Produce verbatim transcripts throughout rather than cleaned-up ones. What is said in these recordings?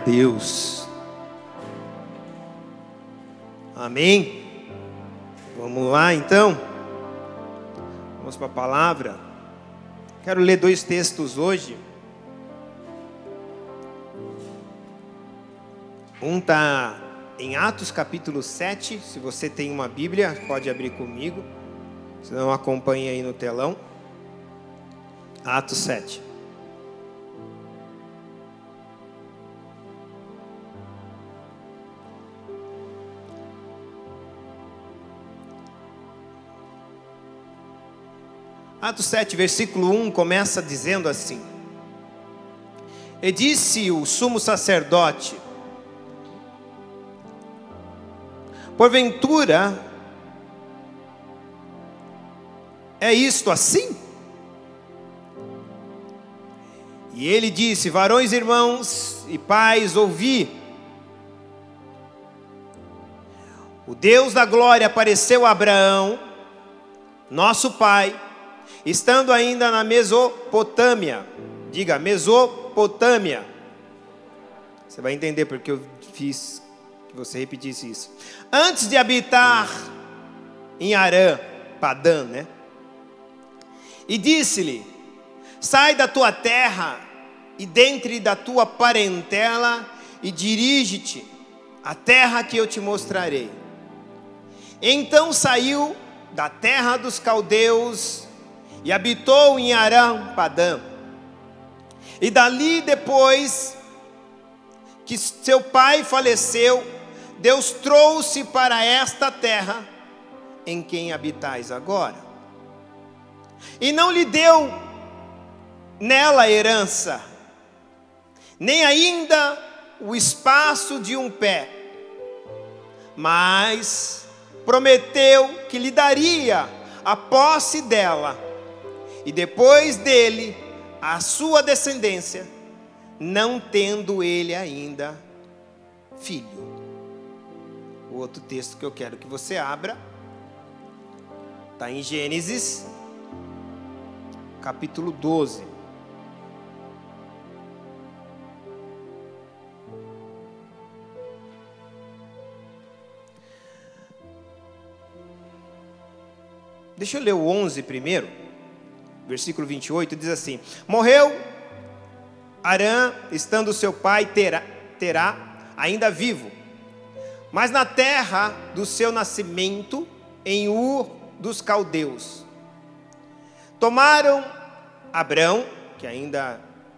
Deus. Amém? Vamos lá então. Vamos para a palavra. Quero ler dois textos hoje. Um está em Atos capítulo sete. Se você tem uma Bíblia, pode abrir comigo. Se não, acompanhe aí no telão. Atos sete. Atos sete, versículo um, começa dizendo assim: E disse o sumo sacerdote: Porventura é isto assim? E ele disse: Varões, irmãos e pais, ouvi. O Deus da glória apareceu a Abraão, nosso pai, estando ainda na Mesopotâmia. Diga, Mesopotâmia. Você vai entender porque eu fiz que você repetisse isso. Antes de habitar em Arã, Padã, né? E disse-lhe: Sai da tua terra e dentre da tua parentela e dirige-te à terra que eu te mostrarei. Então saiu da terra dos caldeus e habitou em Arã, Padã. E dali, depois que seu pai faleceu, Deus trouxe para esta terra em quem habitais agora. E não lhe deu nela herança, nem ainda o espaço de um pé, mas prometeu que lhe daria a posse dela, e depois dele, a sua descendência, não tendo ele ainda filho. O outro texto que eu quero que você abra está em Gênesis, capítulo doze. Deixa eu ler o onze primeiro. Versículo vinte e oito diz assim: Morreu Arã, estando seu pai Terá, Terá ainda vivo, mas na terra do seu nascimento, em Ur dos caldeus. Tomaram Abrão, que ainda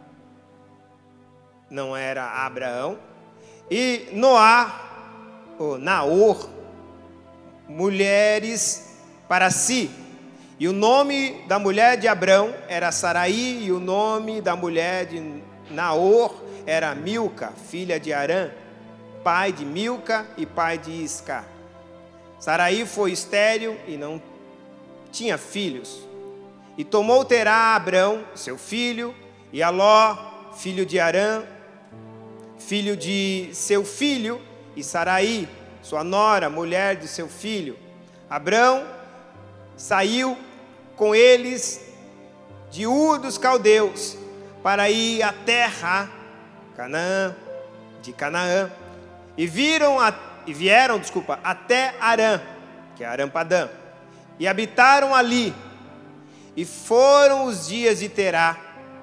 não era Abraão, e Noá, ou Naor, mulheres para si. E o nome da mulher de Abrão era Saraí, e o nome da mulher de Naor era Milca, filha de Arã, pai de Milca e pai de Isca. Saraí foi estéril e não tinha filhos. E tomou Terá Abrão, seu filho, e Aló, filho de Arã, filho de seu filho, e Saraí, sua nora, mulher de seu filho. Abrão saiu com eles de Ur dos caldeus para ir à terra Canaã, de Canaã, e viram a, e vieram, desculpa, até Arã, que é Arã Padã, e habitaram ali. E foram os dias de Terá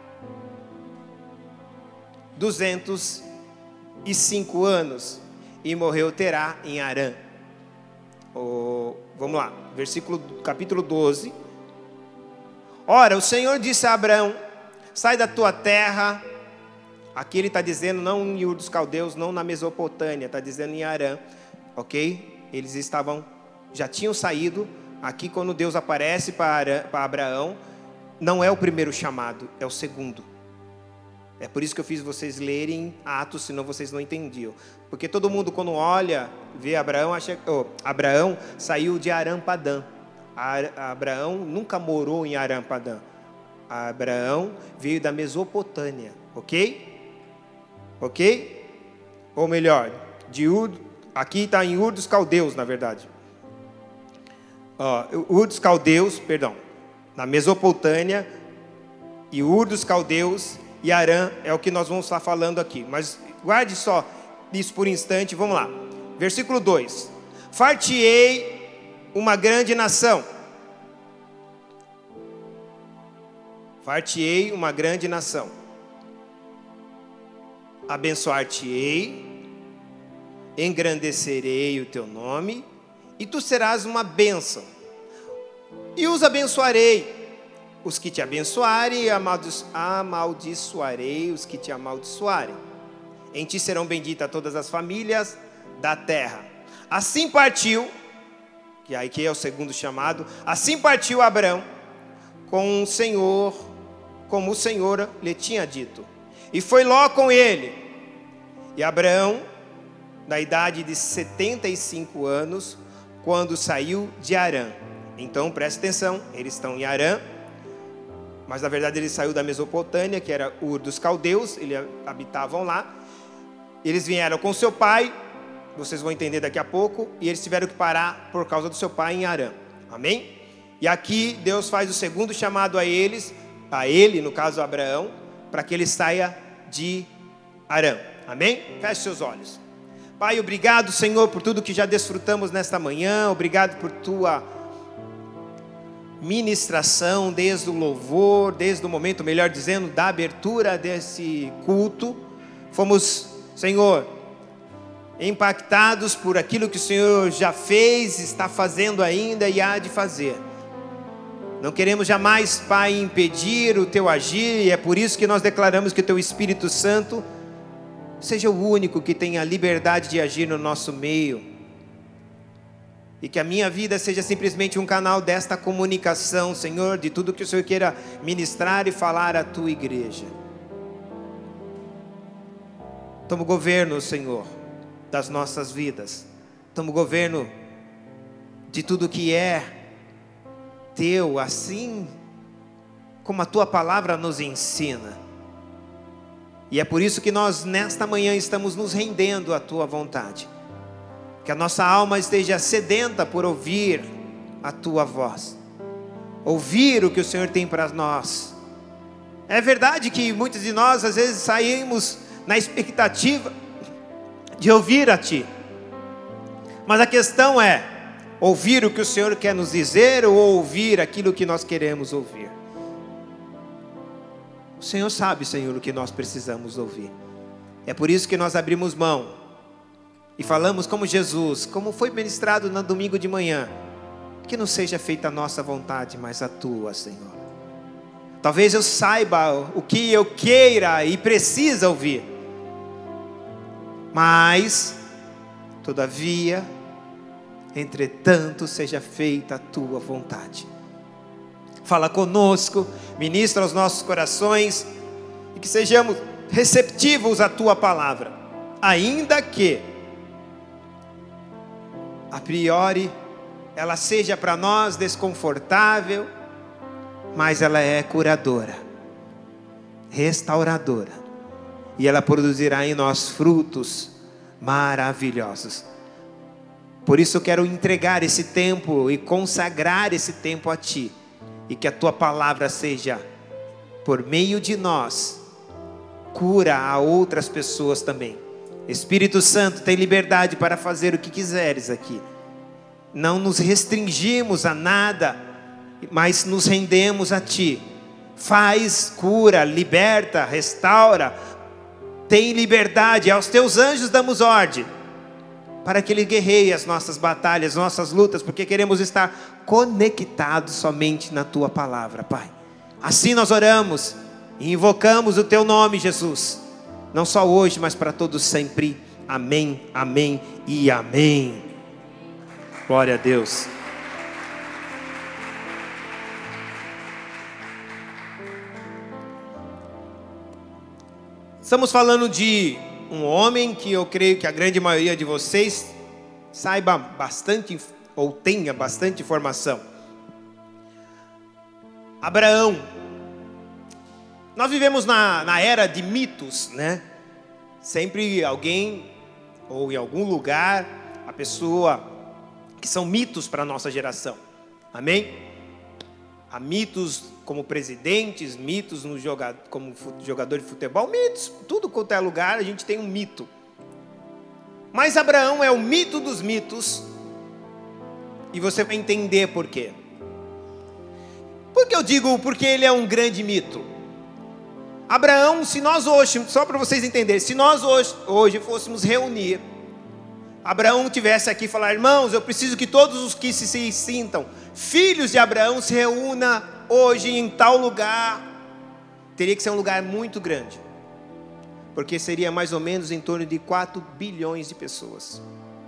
duzentos e cinco anos, e morreu Terá em Arã. Oh, vamos lá, versículo, capítulo doze. Ora, o Senhor disse a Abraão: Sai da tua terra. Aqui ele está dizendo não em Ur dos caldeus, não na Mesopotâmia, está dizendo em Arã, ok? Eles estavam, já tinham saído. Aqui quando Deus aparece para, para Abraão, não é o primeiro chamado, é o segundo. É por isso que eu fiz vocês lerem Atos, senão vocês não entendiam. Porque todo mundo quando olha, vê Abraão, acha que oh, Abraão saiu de Arã Padã. Abraão nunca morou em Arã Padã. Abraão veio da Mesopotâmia, ok? Ok? Ou melhor, de Ur, aqui está em Ur dos caldeus, na verdade. Uh, Ur dos caldeus, perdão, na Mesopotâmia, e Ur dos caldeus e Arã é o que nós vamos estar falando aqui. Mas Guarde só isso por um instante, vamos lá. Versículo dois. Far-te-ei uma grande nação. Far-te-ei uma grande nação. Abençoar-te-ei, engrandecerei o teu nome, e tu serás uma bênção. E os abençoarei, os que te abençoarem, e amaldiçoarei os que te amaldiçoarem. Em ti serão benditas todas as famílias da terra. Assim partiu, que aí que é o segundo chamado, assim partiu Abrão com o Senhor, como o Senhor lhe tinha dito. E foi Ló com ele. E Abrão, da idade de setenta e cinco anos, quando saiu de Harã. Então, preste atenção, eles estão em Harã, mas na verdade ele saiu da Mesopotâmia, que era Ur dos Caldeus, eles habitavam lá. Eles vieram com seu pai, vocês vão entender daqui a pouco, e eles tiveram que parar por causa do seu pai em Harã. Amém? E aqui Deus faz o segundo chamado a eles, a ele, no caso Abraão, para que ele saia de Harã. Amém? Feche seus olhos. Pai, obrigado, Senhor, por tudo que já desfrutamos nesta manhã. Obrigado por tua ministração, desde o louvor, desde o momento, melhor dizendo, da abertura desse culto. Fomos, Senhor, impactados por aquilo que o Senhor já fez, está fazendo ainda e há de fazer. Não queremos jamais, Pai, impedir o teu agir, e é por isso que nós declaramos que o teu Espírito Santo seja o único que tenha a liberdade de agir no nosso meio. E que a minha vida seja simplesmente um canal desta comunicação, Senhor, de tudo que o Senhor queira ministrar e falar à tua igreja. Toma o governo, Senhor, das nossas vidas. Toma o governo de tudo que é teu, assim como a tua palavra nos ensina. E é por isso que nós nesta manhã estamos nos rendendo à tua vontade. Que a nossa alma esteja sedenta por ouvir a tua voz, ouvir o que o Senhor tem para nós. É verdade que muitos de nós às vezes saímos na expectativa de ouvir a ti, mas a questão é ouvir o que o Senhor quer nos dizer ou ouvir aquilo que nós queremos ouvir. O Senhor sabe, Senhor, o que nós precisamos ouvir. É por isso que nós abrimos mão e falamos como Jesus, como foi ministrado no domingo de manhã, que não seja feita a nossa vontade, mas a tua, Senhor. Talvez eu saiba o que eu queira e precisa ouvir, mas, todavia, entretanto, seja feita a tua vontade. Fala conosco, ministra aos nossos corações, e que sejamos receptivos à tua palavra, ainda que a priori ela seja para nós desconfortável, mas ela é curadora, restauradora, e ela produzirá em nós frutos maravilhosos. Por isso eu quero entregar esse tempo e consagrar esse tempo a ti, e que a tua palavra seja, por meio de nós, cura a outras pessoas também. Espírito Santo, tem liberdade para fazer o que quiseres aqui. Não nos restringimos a nada, mas nos rendemos a ti. Faz, cura, liberta, restaura. Tem liberdade. Aos teus anjos damos ordem, para que ele guerreie as nossas batalhas, nossas lutas, porque queremos estar conectados somente na tua palavra, Pai. Assim nós oramos e invocamos o teu nome, Jesus. Não só hoje, mas para todos sempre. Amém, amém e amém. Glória a Deus. Estamos falando de um homem que eu creio que a grande maioria de vocês saiba bastante, ou tenha bastante informação. Abraão. Nós vivemos na, na era de mitos, né? Sempre alguém, ou em algum lugar, a pessoa, que são mitos para a nossa geração. Amém? Há mitos como presidentes, mitos no joga, como jogador de futebol, mitos, tudo quanto é lugar a gente tem um mito. Mas Abraão é o mito dos mitos, e você vai entender por quê. Por que eu digo porque ele é um grande mito? Abraão, se nós hoje, só para vocês entenderem, se nós hoje, hoje fôssemos reunir, Abraão tivesse aqui e falar: irmãos, eu preciso que todos os que se, se sintam filhos de Abraão se reúnam hoje em tal lugar, teria que ser um lugar muito grande, porque seria mais ou menos em torno de quatro bilhões de pessoas.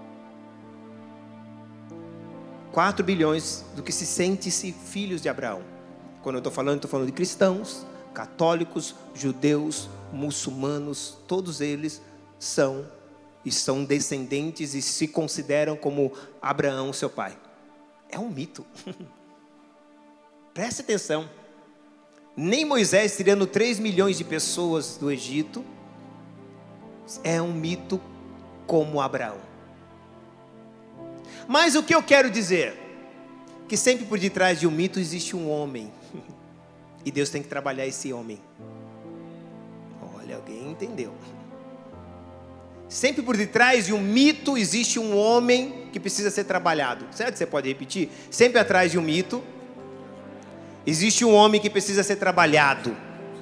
quatro bilhões do que se sente-se filhos de Abraão. Quando eu estou falando, estou falando de cristãos, católicos, judeus, muçulmanos, todos eles são e são descendentes e se consideram como Abraão, seu pai. É um mito. Preste atenção. Nem Moisés, tirando três milhões de pessoas do Egito, é um mito como Abraão. Mas o que eu quero dizer? Que sempre por detrás de um mito existe um homem. E Deus tem que trabalhar esse homem. Olha, alguém entendeu. Sempre por detrás de um mito existe um homem que precisa ser trabalhado. Será que você pode repetir? Sempre atrás de um mito existe um homem que precisa ser trabalhado.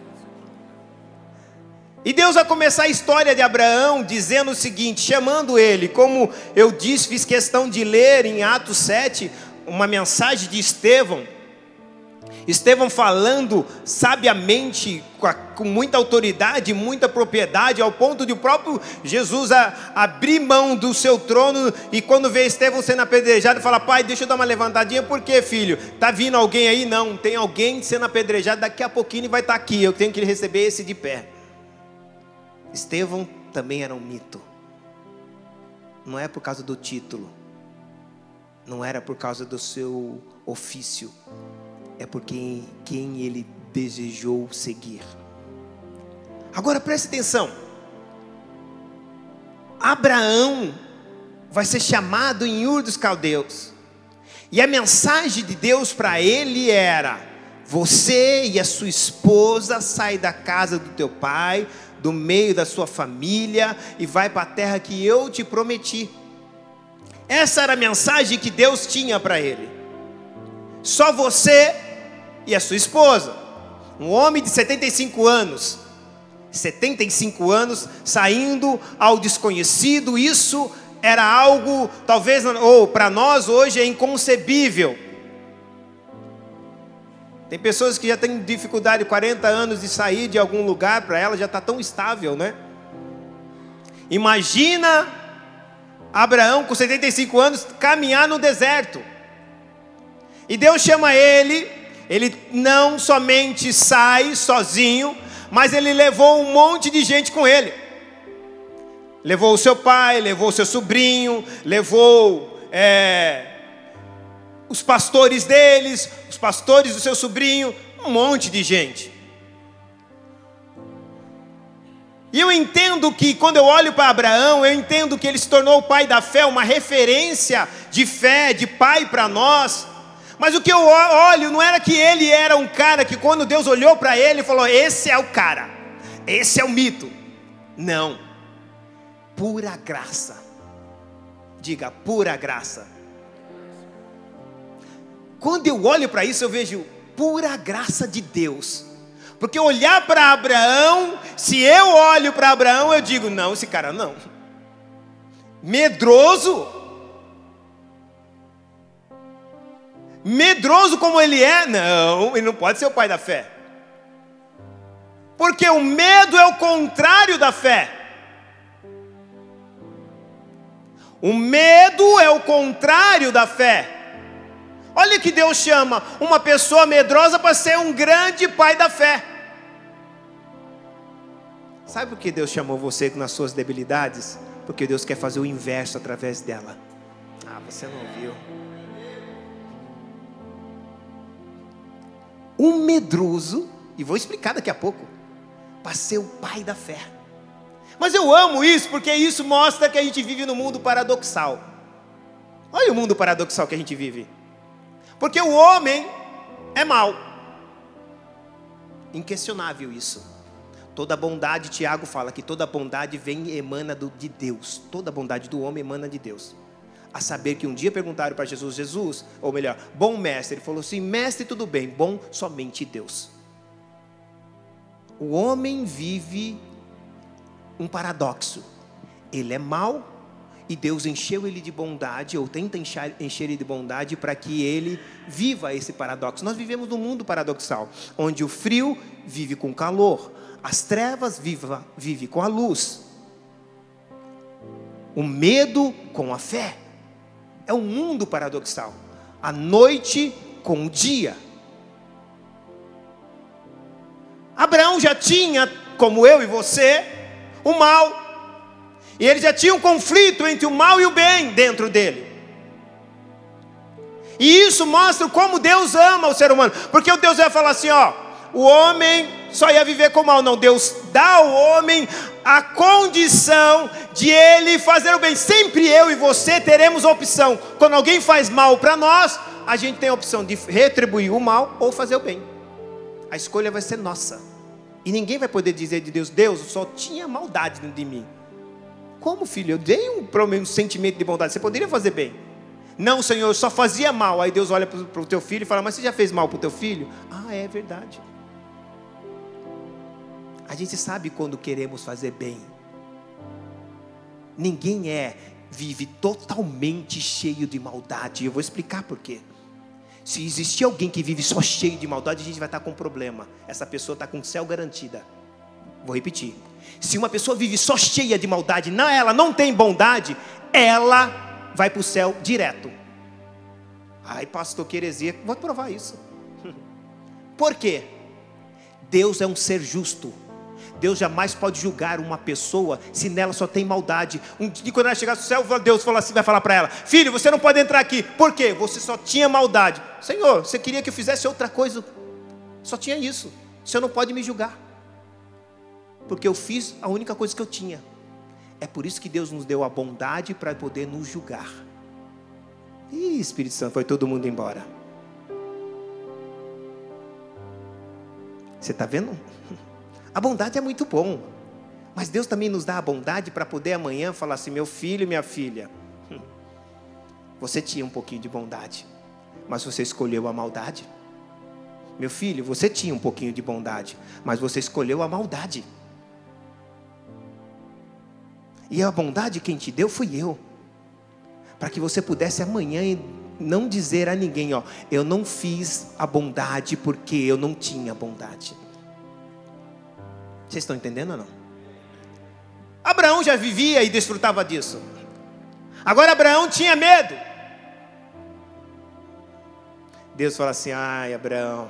E Deus vai começar a história de Abraão dizendo o seguinte, chamando ele, como eu disse, fiz questão de ler em Atos sete, uma mensagem de Estevão. Estevão falando sabiamente, com, a, com muita autoridade, muita propriedade, ao ponto de o próprio Jesus a, abrir mão do seu trono, e quando vê Estevão sendo apedrejado, fala: pai, deixa eu dar uma levantadinha. Por quê, filho? Está vindo alguém aí? Não, tem alguém sendo apedrejado, daqui a pouquinho ele vai estar aqui, eu tenho que receber esse de pé. Estevão também era um mito. Não é por causa do título, não era por causa do seu ofício, é porque quem ele desejou seguir. Agora preste atenção. Abraão vai ser chamado em Ur dos Caldeus, e a mensagem de Deus para ele era: você e a sua esposa saem da casa do teu pai, do meio da sua família, e vai para a terra que eu te prometi. Essa era a mensagem que Deus tinha para ele. Só você e a sua esposa. Um homem de setenta e cinco anos, setenta e cinco anos, saindo ao desconhecido. Isso era algo, talvez, ou para nós hoje é inconcebível. Tem pessoas que já têm dificuldade, quarenta anos, de sair de algum lugar, para ela já está tão estável, né? Imagina Abraão com setenta e cinco anos caminhar no deserto. E Deus chama ele, ele não somente sai sozinho, mas ele levou um monte de gente com ele. Levou o seu pai, levou o seu sobrinho, levou é, os pastores deles, os pastores do seu sobrinho, um monte de gente. E eu entendo que quando eu olho para Abraão, eu entendo que ele se tornou o pai da fé, uma referência de fé, de pai para nós. Mas o que eu olho não era que ele era um cara que quando Deus olhou para ele falou: esse é o cara, esse é o mito. Não, pura graça. Diga, pura graça. Quando eu olho para isso, eu vejo pura graça de Deus. Porque olhar para Abraão, se eu olho para Abraão, eu digo: não, esse cara não. Medroso. Medroso como ele é, não, ele não pode ser o pai da fé. Porque o medo é o contrário da fé. O medo é o contrário da fé. Olha que Deus chama uma pessoa medrosa para ser um grande pai da fé. Sabe por que Deus chamou você nas suas debilidades? Porque Deus quer fazer o inverso através dela. Ah, você não viu. Um medroso, e vou explicar daqui a pouco, para ser o pai da fé. Mas eu amo isso, porque isso mostra que a gente vive num mundo paradoxal. Olha o mundo paradoxal que a gente vive. Porque o homem, é mal. Inquestionável isso. Toda bondade, Tiago fala que toda bondade vem e emana do, de Deus. Toda bondade do homem emana de Deus. A saber que um dia perguntaram para Jesus, Jesus, ou melhor, bom mestre. Ele falou assim, mestre, tudo bem, bom somente Deus. O homem vive um paradoxo. Ele é mau e Deus encheu ele de bondade, ou tenta encher, encher ele de bondade para que ele viva esse paradoxo. Nós vivemos num mundo paradoxal, onde o frio vive com calor, as trevas viva, vive com a luz, o medo com a fé. É um mundo paradoxal. A noite com o dia. Abraão já tinha, como eu e você, o mal. E ele já tinha um conflito entre o mal e o bem dentro dele. E isso mostra como Deus ama o ser humano. Porque o Deus vai falar assim, ó, o homem só ia viver com o mal. Não, Deus dá ao homem a condição de ele fazer o bem. Sempre eu e você teremos a opção. Quando alguém faz mal para nós, a gente tem a opção de retribuir o mal ou fazer o bem. A escolha vai ser nossa. E ninguém vai poder dizer de Deus, Deus, só tinha maldade dentro de mim. Como, filho? Eu dei um, um sentimento de bondade. Você poderia fazer bem. Não, Senhor, eu só fazia mal. Aí Deus olha para o teu filho e fala, mas você já fez mal para o teu filho? Ah, é verdade. A gente sabe quando queremos fazer bem. Ninguém é, vive totalmente cheio de maldade. Eu vou explicar por quê. Se existir alguém que vive só cheio de maldade, a gente vai estar com um problema. Essa pessoa está com o céu garantida. Vou repetir. Se uma pessoa vive só cheia de maldade, não, ela não tem bondade, ela vai para o céu direto. Ai, pastor, que heresia. Vou provar isso. Por quê? Deus é um ser justo. Deus jamais pode julgar uma pessoa se nela só tem maldade. Um dia quando ela chegar no céu, Deus fala assim, vai falar para ela, filho, você não pode entrar aqui. Por quê? Você só tinha maldade. Senhor, você queria que eu fizesse outra coisa? Só tinha isso. Você não pode me julgar. Porque eu fiz a única coisa que eu tinha. É por isso que Deus nos deu a bondade para poder nos julgar. Ih, Espírito Santo, foi todo mundo embora. Você está vendo? A bondade é muito bom. Mas Deus também nos dá a bondade para poder amanhã falar assim, meu filho e minha filha, você tinha um pouquinho de bondade, mas você escolheu a maldade. Meu filho, você tinha um pouquinho de bondade, mas você escolheu a maldade. E a bondade quem te deu fui eu. Para que você pudesse amanhã não dizer a ninguém, ó, eu não fiz a bondade porque eu não tinha bondade. Vocês estão entendendo ou não? Abraão já vivia e desfrutava disso. Agora Abraão tinha medo. Deus fala assim, ai Abraão,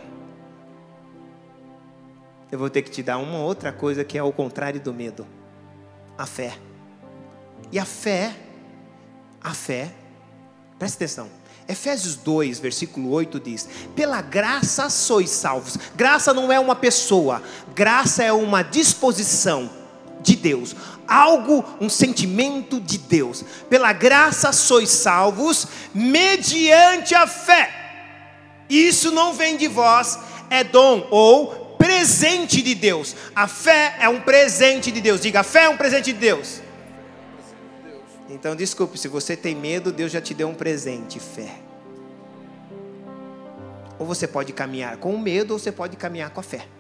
eu vou ter que te dar uma outra coisa que é o contrário do medo. A fé. E a fé, a fé, presta atenção, Efésios dois, versículo oito diz, pela graça sois salvos. Graça não é uma pessoa, graça é uma disposição de Deus, algo, um sentimento de Deus. Pela graça sois salvos, mediante a fé. Isso não vem de vós, é dom ou presente de Deus. A fé é um presente de Deus. Diga, a fé é um presente de Deus. Então desculpe, se você tem medo, Deus já te deu um presente, fé. Ou você pode caminhar com medo, ou você pode caminhar com a fé.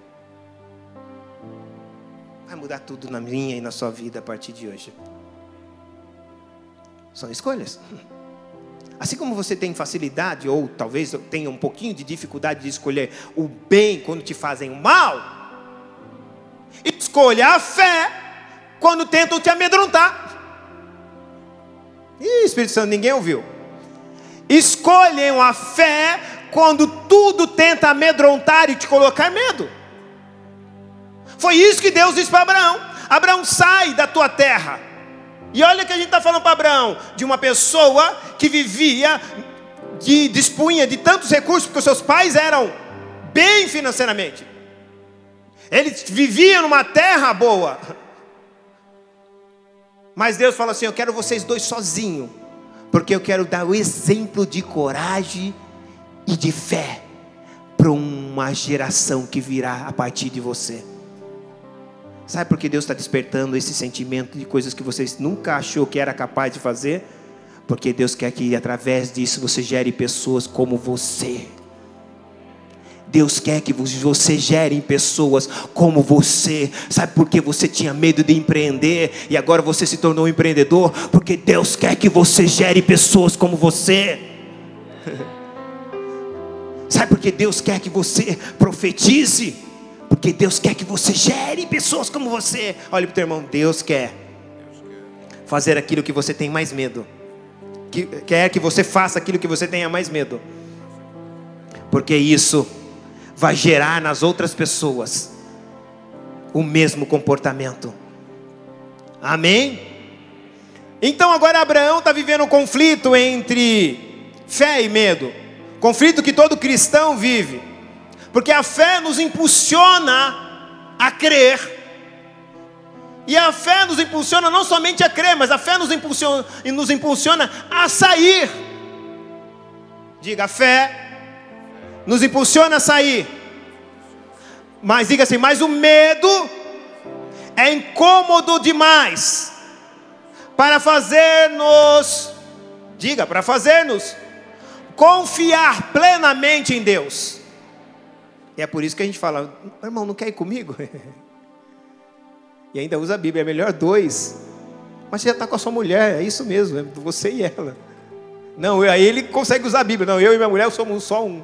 Vai mudar tudo na minha e na sua vida a partir de hoje. São escolhas. Assim como você tem facilidade, ou talvez tenha um pouquinho de dificuldade de escolher o bem quando te fazem o mal, escolha a fé quando tentam te amedrontar. Ih, Espírito Santo, ninguém ouviu. Escolhem a fé quando tudo tenta amedrontar e te colocar medo. Foi isso que Deus disse para Abraão. Abraão, sai da tua terra. E olha que a gente está falando para Abraão, de uma pessoa que vivia, que dispunha de tantos recursos, porque os seus pais eram bem financeiramente. Ele vivia numa terra boa. Mas Deus fala assim, eu quero vocês dois sozinhos, porque eu quero dar o exemplo de coragem e de fé, para uma geração que virá a partir de você. Sabe por que Deus está despertando esse sentimento de coisas que vocês nunca achou que era capaz de fazer? Porque Deus quer que através disso você gere pessoas como você. Deus quer que você gere pessoas como você. Sabe por que você tinha medo de empreender e agora você se tornou um empreendedor? Porque Deus quer que você gere pessoas como você. Sabe por que Deus quer que você profetize? Porque Deus quer que você gere pessoas como você. Olha para o teu irmão, Deus quer fazer aquilo que você tem mais medo. Que, quer que você faça aquilo que você tenha mais medo. Porque isso vai gerar nas outras pessoas o mesmo comportamento. Amém? Então agora Abraão está vivendo um conflito entre fé e medo. Conflito que todo cristão vive. Porque a fé nos impulsiona a crer. E a fé nos impulsiona não somente a crer, mas a fé nos impulsiona, nos impulsiona a sair. Diga, a fé nos impulsiona a sair. Mas diga assim, mas o medo é incômodo demais para fazer-nos, diga, para fazer-nos confiar plenamente em Deus. E é por isso que a gente fala, irmão, não quer ir comigo? E ainda usa a Bíblia, é melhor dois. Mas você já está com a sua mulher, é isso mesmo, é você e ela. Não, aí ele consegue usar a Bíblia. Não, eu e minha mulher somos só um.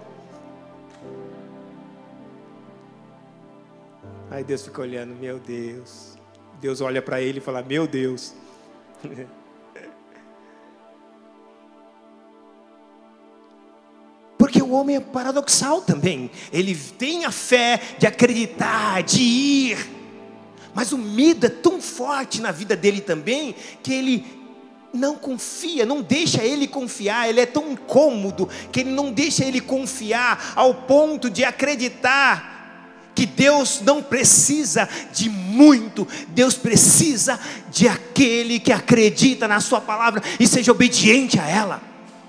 Aí Deus fica olhando, meu Deus. Deus olha para ele e fala, meu Deus. Porque o homem é paradoxal também. Ele tem a fé de acreditar, de ir. Mas o medo é tão forte na vida dele também, que ele não confia, não deixa ele confiar. Ele é tão incômodo, que ele não deixa ele confiar, ao ponto de acreditar que Deus não precisa de muito. Deus precisa de aquele que acredita na sua palavra e seja obediente a ela.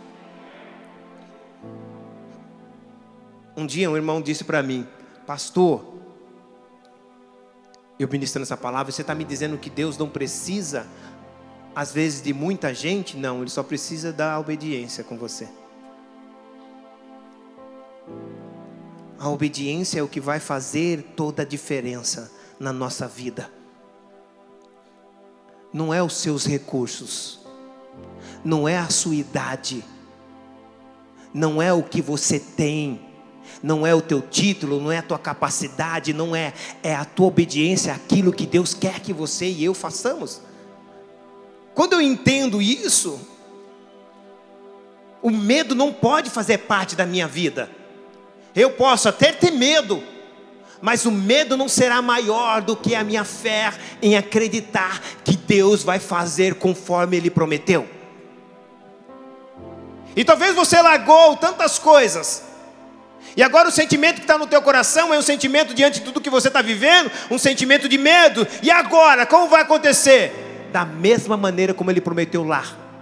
Um dia um irmão disse para mim, pastor, eu ministrando essa palavra, você está me dizendo que Deus não precisa, às vezes, de muita gente? Não, Ele só precisa da obediência com você. A obediência é o que vai fazer toda a diferença na nossa vida. Não é os seus recursos, não é a sua idade, não é o que você tem, não é o teu título, não é a tua capacidade, não é, é a tua obediência àquilo que Deus quer que você e eu façamos. Quando eu entendo isso, o medo não pode fazer parte da minha vida. Eu posso até ter medo, mas o medo não será maior do que a minha fé em acreditar que Deus vai fazer conforme Ele prometeu. E talvez você largou tantas coisas, e agora o sentimento que está no teu coração é um sentimento diante de tudo que você está vivendo, um sentimento de medo. E agora, como vai acontecer? Da mesma maneira como Ele prometeu lá.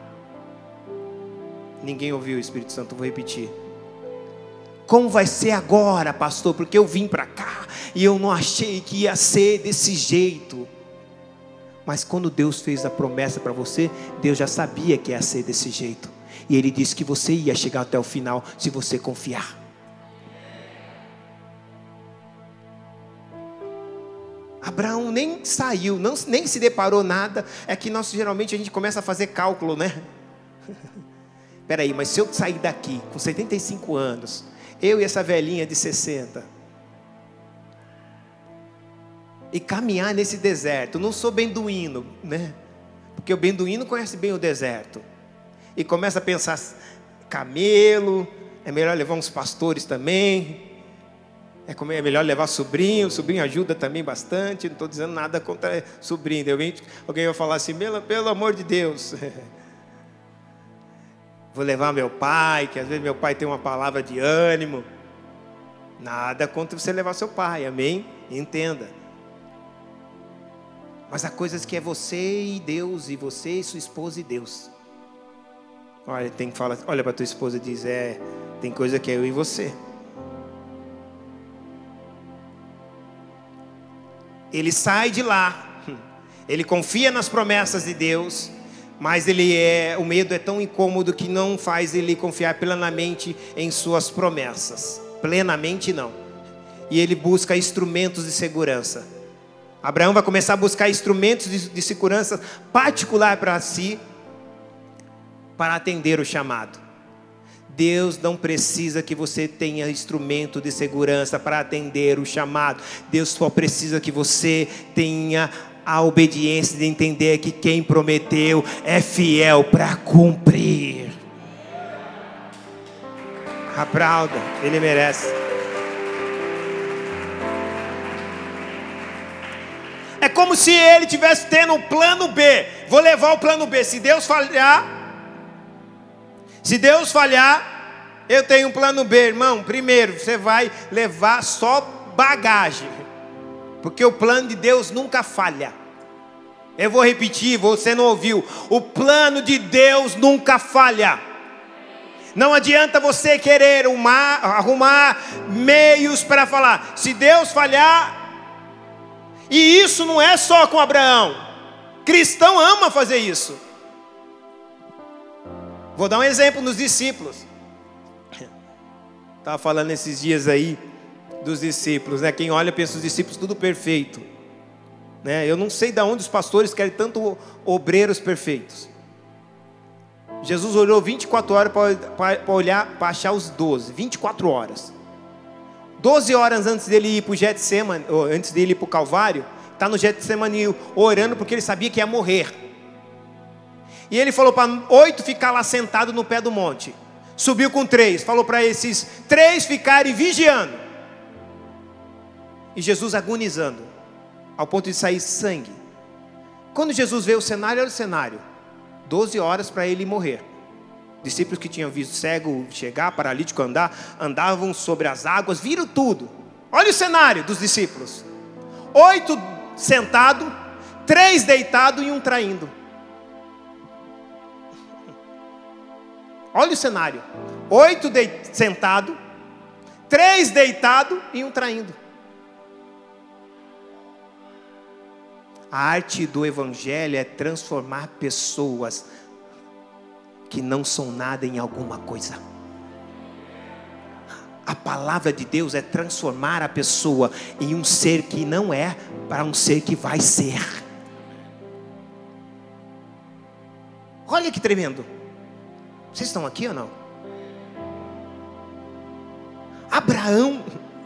Ninguém ouviu o Espírito Santo, vou repetir. Como vai ser agora, pastor? Porque eu vim para cá e eu não achei que ia ser desse jeito. Mas quando Deus fez a promessa para você, Deus já sabia que ia ser desse jeito. E Ele disse que você ia chegar até o final se você confiar. Abraão nem saiu, não, nem se deparou nada. É que nós geralmente a gente começa a fazer cálculo, né? Peraí, mas se eu sair daqui com setenta e cinco anos, eu e essa velhinha de sessenta, e caminhar nesse deserto, não sou beduíno, né? Porque o beduíno conhece bem o deserto. E começa a pensar, camelo, é melhor levar uns pastores também. É melhor levar sobrinho, sobrinho ajuda também bastante. Não estou dizendo nada contra sobrinho. Alguém, alguém vai falar assim, pelo, pelo amor de Deus. Vou levar meu pai, que às vezes meu pai tem uma palavra de ânimo. Nada contra você levar seu pai, amém? Entenda. Mas há coisas que é você e Deus, e você e sua esposa e Deus. Olha, tem que falar, olha para tua esposa e diz, é, tem coisa que é eu e você. ele sai de lá, ele confia nas promessas de Deus, mas ele é, o medo é tão incômodo que não faz ele confiar plenamente em suas promessas. Plenamente não. E ele busca instrumentos de segurança. Abraão vai começar a buscar instrumentos de, de segurança particular para si, para atender o chamado. Deus não precisa que você tenha instrumento de segurança para atender o chamado. Deus só precisa que você tenha a obediência de entender que quem prometeu é fiel para cumprir. Aplauda, ele merece. É como se ele tivesse tendo um plano B. Vou levar o plano B. Se Deus falhar, se Deus falhar, eu tenho um plano B, irmão. Primeiro, você vai levar só bagagem, porque o plano de Deus nunca falha. Eu vou repetir, você não ouviu. O plano de Deus nunca falha. Não adianta você querer arrumar, arrumar meios para falar. Se Deus falhar, e isso não é só com Abraão. Cristão ama fazer isso. Vou dar um exemplo nos discípulos. Estava falando esses dias aí dos discípulos, né? Quem olha pensa os discípulos tudo perfeito, né? Eu não sei de onde os pastores querem tanto obreiros perfeitos. Jesus olhou vinte e quatro horas para olhar, para achar os doze. vinte e quatro horas. doze horas antes dele ir para o Getsemane, antes dele ir para o Calvário, está no Getsemane orando porque ele sabia que ia morrer. E ele falou para oito ficar lá sentado no pé do monte. Subiu com três, falou para esses três ficarem vigiando. E Jesus agonizando, ao ponto de sair sangue. Quando Jesus vê o cenário, era o cenário. doze horas para ele morrer. Discípulos que tinham visto cego chegar, paralítico andar, andavam sobre as águas, viram tudo. Olha o cenário dos discípulos. Oito sentados, três deitados e um traindo. Olha o cenário. Oito de... sentados, três deitados e um traindo. A arte do evangelho é transformar pessoas que não são nada em alguma coisa. A palavra de Deus é transformar a pessoa em um ser que não é, para um ser que vai ser. Olha que tremendo. Vocês estão aqui ou não? Abraão.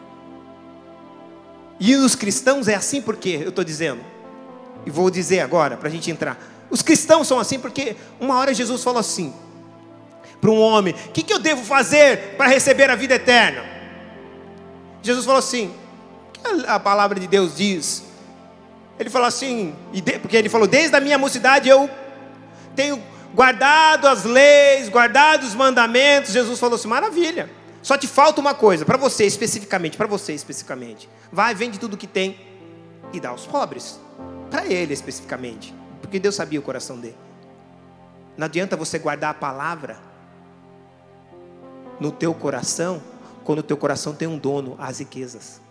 E os cristãos é assim porque eu estou dizendo. E vou dizer agora, para a gente entrar. Os cristãos são assim porque uma hora Jesus falou assim para um homem: o que, que eu devo fazer para receber a vida eterna? Jesus falou assim: o que a palavra de Deus diz? Ele falou assim, porque ele falou: desde a minha mocidade eu tenho guardado as leis, guardado os mandamentos. Jesus falou assim: maravilha, só te falta uma coisa, para você especificamente, para você especificamente. Vai, vende tudo que tem e dá aos pobres. Para ele especificamente, porque Deus sabia o coração dele. Não adianta você guardar a palavra no teu coração, quando o teu coração tem um dono, as riquezas.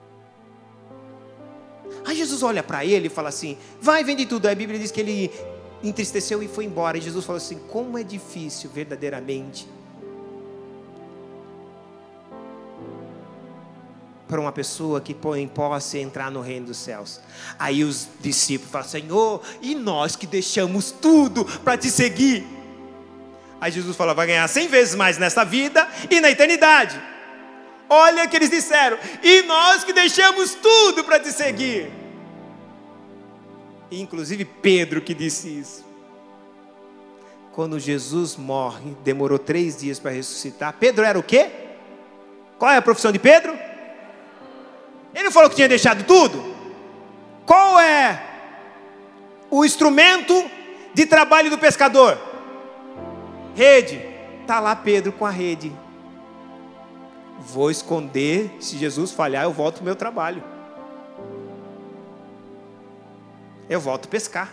Aí Jesus olha para ele e fala assim: vai, vende tudo. Aí a Bíblia diz que ele entristeceu e foi embora. E Jesus falou assim: como é difícil verdadeiramente para uma pessoa que põe em posse entrar no reino dos céus. Aí os discípulos falam: Senhor, e nós que deixamos tudo para te seguir? Aí Jesus fala: vai ganhar cem vezes mais nesta vida e na eternidade. Olha o que eles disseram: e nós que deixamos tudo para te seguir. E inclusive Pedro que disse isso. Quando Jesus morre, demorou três dias para ressuscitar. Pedro era o quê? Qual é a profissão de Pedro? Ele não falou que tinha deixado tudo? Qual é o instrumento de trabalho do pescador? Rede. Está lá Pedro com a rede. Vou esconder, se Jesus falhar eu volto para o meu trabalho. Eu volto a pescar.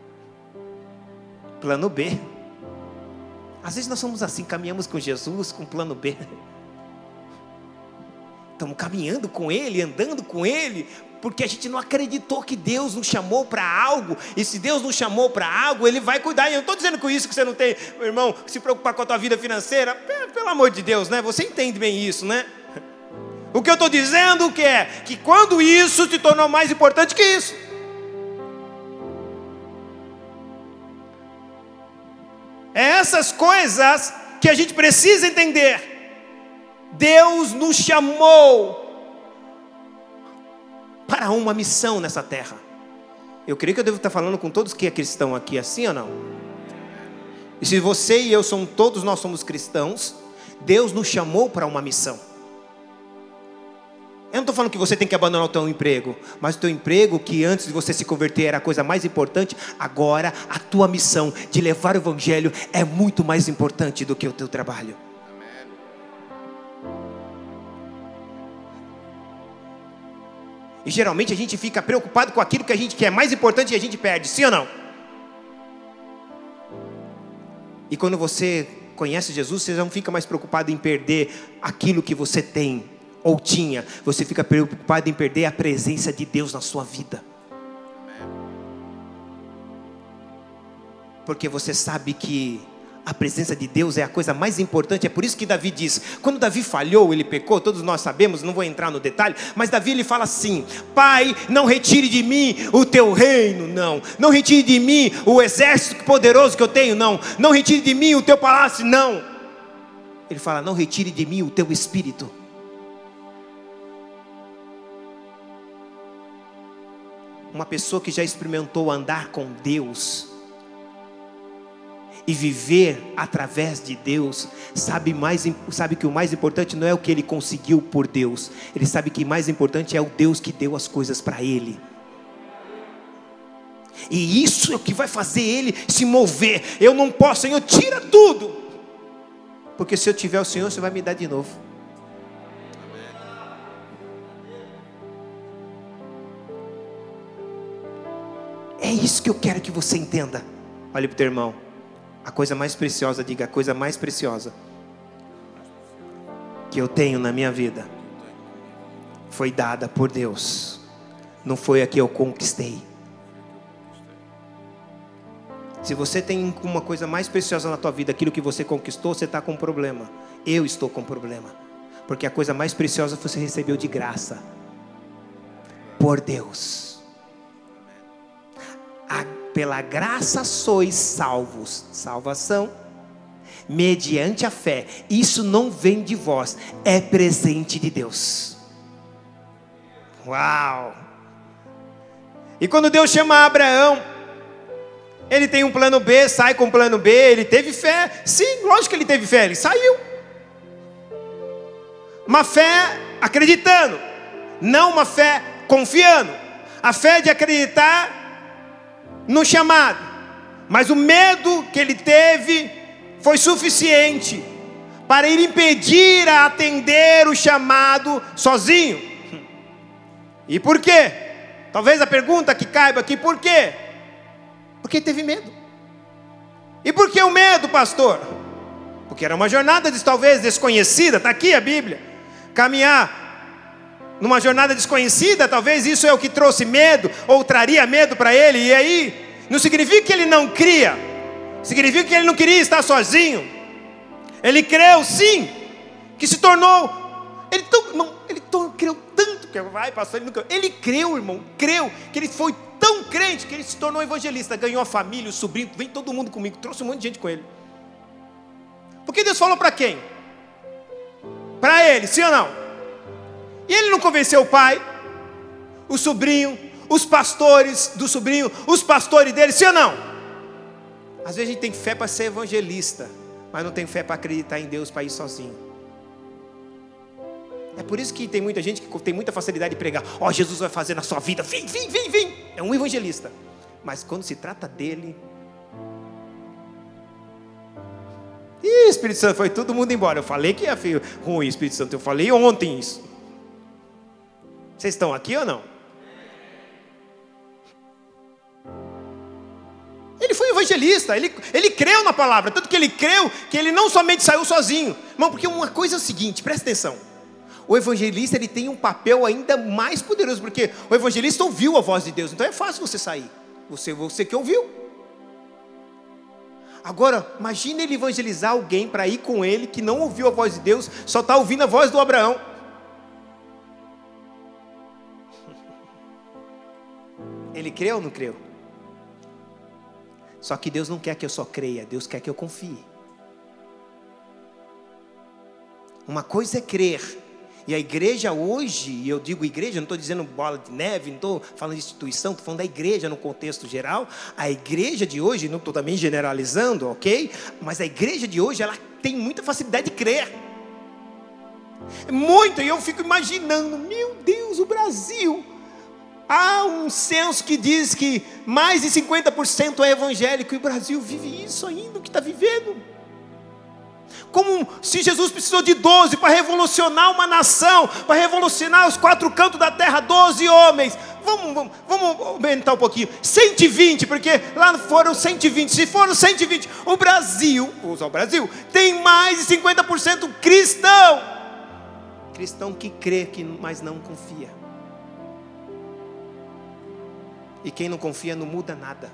Plano B. Às vezes nós somos assim, caminhamos com Jesus com plano B. Estamos caminhando com Ele, andando com Ele, Porque a gente não acreditou que Deus nos chamou para algo. E se Deus nos chamou para algo, Ele vai cuidar. E eu não estou dizendo com isso que você não tem, meu irmão, se preocupar com a tua vida financeira. Pelo amor de Deus, né? Você entende bem isso, né? O que eu estou dizendo que é que quando isso te tornou mais importante que isso. É essas coisas que a gente precisa entender. Deus nos chamou para uma missão nessa terra. Eu creio que eu devo estar falando com todos que é cristão aqui, assim ou não? E se você e eu somos, todos nós somos cristãos, Deus nos chamou para uma missão. Eu não estou falando que você tem que abandonar o teu emprego, mas o teu emprego, que antes de você se converter era a coisa mais importante, agora a tua missão de levar o evangelho é muito mais importante do que o teu trabalho. E geralmente a gente fica preocupado com aquilo que a gente quer mais importante e a gente perde, sim ou não? E quando você conhece Jesus, você não fica mais preocupado em perder aquilo que você tem ou tinha. Você fica preocupado em perder a presença de Deus na sua vida. Porque você sabe que a presença de Deus é a coisa mais importante. É por isso que Davi diz, quando Davi falhou, ele pecou, todos nós sabemos, não vou entrar no detalhe, mas Davi ele fala assim: Pai, não retire de mim o teu reino, não. Não retire de mim o exército poderoso que eu tenho, não. Não retire de mim o teu palácio, não. Ele fala, não retire de mim o teu espírito. Uma pessoa que já experimentou andar com Deus e viver através de Deus, sabe, mais, sabe que o mais importante não é o que ele conseguiu por Deus. Ele sabe que o mais importante é o Deus que deu as coisas para ele. E isso é o que vai fazer ele se mover. Eu não posso, Senhor, tira tudo. Porque se eu tiver o Senhor, você vai me dar de novo. É isso que eu quero que você entenda. Olha para o teu irmão. A coisa mais preciosa, diga, a coisa mais preciosa que eu tenho na minha vida foi dada por Deus. Não foi a que eu conquistei. Se você tem uma coisa mais preciosa na tua vida, aquilo que você conquistou, você está com um problema. Eu estou com um problema. Porque a coisa mais preciosa você recebeu de graça. Por Deus. A, pela graça sois salvos. Salvação. Mediante a fé. Isso não vem de vós. É presente de Deus. Uau! E quando Deus chama Abraão, ele tem um plano B, sai com o plano B. Ele teve fé, sim, lógico que ele teve fé. Ele saiu. Uma fé acreditando, não uma fé confiando. A fé de acreditar no chamado. Mas o medo que ele teve foi suficiente para ele impedir a atender o chamado sozinho. E por quê? Talvez a pergunta que caiba aqui, por quê? Porque teve medo. E por que o medo, pastor? Porque era uma jornada talvez desconhecida. Está aqui a Bíblia. Caminhar numa jornada desconhecida, talvez isso é o que trouxe medo, ou traria medo para ele. E aí, não significa que ele não cria, significa que ele não queria estar sozinho. Ele creu sim, que se tornou, ele, tão, irmão, ele tão, creu tanto, que vai, pastor, ele, nunca, ele creu, irmão, creu, que ele foi tão crente, que ele se tornou evangelista, ganhou a família, o sobrinho, vem todo mundo comigo, trouxe um monte de gente com ele. Porque Deus falou para quem? Para ele, sim ou não? E ele não convenceu o pai, o sobrinho, os pastores do sobrinho, os pastores dele, sim ou não? Às vezes a gente tem fé para ser evangelista, mas não tem fé para acreditar em Deus para ir sozinho. É por isso que tem muita gente que tem muita facilidade de pregar. Ó, oh, Jesus vai fazer na sua vida, vem, vem, vem, vem. É um evangelista. Mas quando se trata dele... Ih, Espírito Santo, foi todo mundo embora. Eu falei que ia ser ruim, Espírito Santo. Eu falei ontem isso. Vocês estão aqui ou não? Ele foi evangelista, ele, ele creu na palavra. Tanto que ele creu que ele não somente saiu sozinho. Irmão, porque uma coisa é o seguinte, presta atenção. o evangelista ele tem um papel ainda mais poderoso, porque o evangelista ouviu a voz de Deus, então é fácil você sair, você, você que ouviu. Agora, imagine ele evangelizar alguém para ir com ele, que não ouviu a voz de Deus, só está ouvindo a voz do Abraão. Ele creu ou não creu? Só que Deus não quer que eu só creia, Deus quer que eu confie. Uma coisa é crer, e a igreja hoje, e eu digo igreja, não estou dizendo bola de neve, não estou falando de instituição, estou falando da igreja no contexto geral. A igreja de hoje, não estou também generalizando, ok? Mas a igreja de hoje, ela tem muita facilidade de crer. Muito, e eu fico imaginando, meu Deus, o Brasil. Há um censo que diz que mais de cinquenta por cento é evangélico, e o Brasil vive isso ainda, o que está vivendo. Como se Jesus precisou de doze para revolucionar uma nação, para revolucionar os quatro cantos da terra, doze homens. Vamos, vamos, vamos aumentar um pouquinho, cento e vinte, porque lá foram cento e vinte. Se foram cento e vinte, o Brasil, vou usar o Brasil, tem mais de cinquenta por cento cristão. Cristão que crê, que, mas não confia. E quem não confia não muda nada.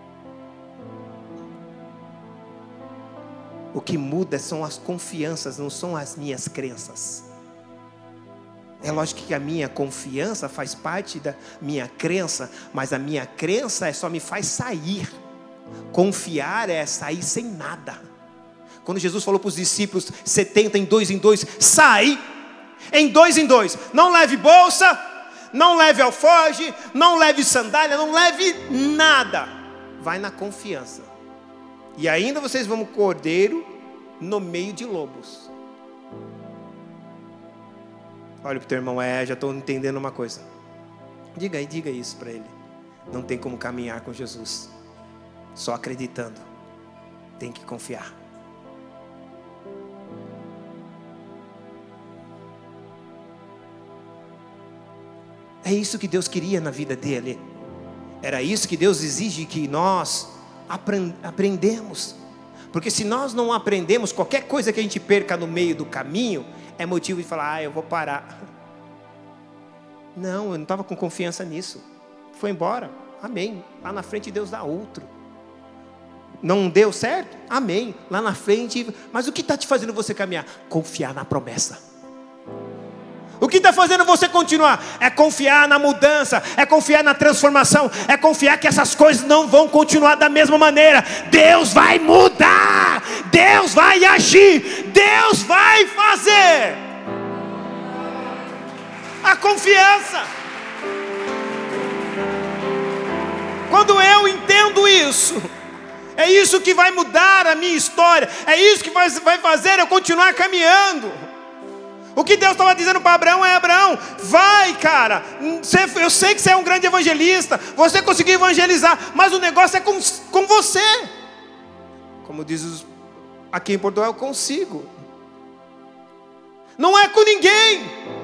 O que muda são as confianças, não são as minhas crenças. É lógico que a minha confiança faz parte da minha crença, mas a minha crença é só me faz sair. Confiar é sair sem nada. Quando Jesus falou para os discípulos, setenta em dois em dois, sai em dois em dois. Não leve bolsa, não leve alforje, não leve sandália, não leve nada. Vai na confiança. E ainda vocês vão cordeiro no meio de lobos. Olha para o teu irmão, é, já estou entendendo uma coisa. Diga aí, diga isso para ele. Não tem como caminhar com Jesus só acreditando. Tem que confiar. É isso que Deus queria na vida dele. Era isso que Deus exige que nós aprendemos. Porque se nós não aprendemos, qualquer coisa que a gente perca no meio do caminho é motivo de falar, ah, eu vou parar. Não, eu não estava com confiança nisso. Foi embora, amém. Lá na frente Deus dá outro. Não deu certo? Amém. Lá na frente, mas o que está te fazendo você caminhar? Confiar na promessa. O que está fazendo você continuar? É confiar na mudança, é confiar na transformação, é confiar que essas coisas não vão continuar da mesma maneira. Deus vai mudar, Deus vai agir, Deus vai fazer. A confiança. Quando eu entendo isso, é isso que vai mudar a minha história, é isso que vai, vai fazer eu continuar caminhando. O que Deus estava dizendo para Abraão é: Abraão, vai, cara, eu sei que você é um grande evangelista, você conseguiu evangelizar, mas o negócio é com, com você. Como diz os, aqui em Portugal, eu consigo. Não é com ninguém.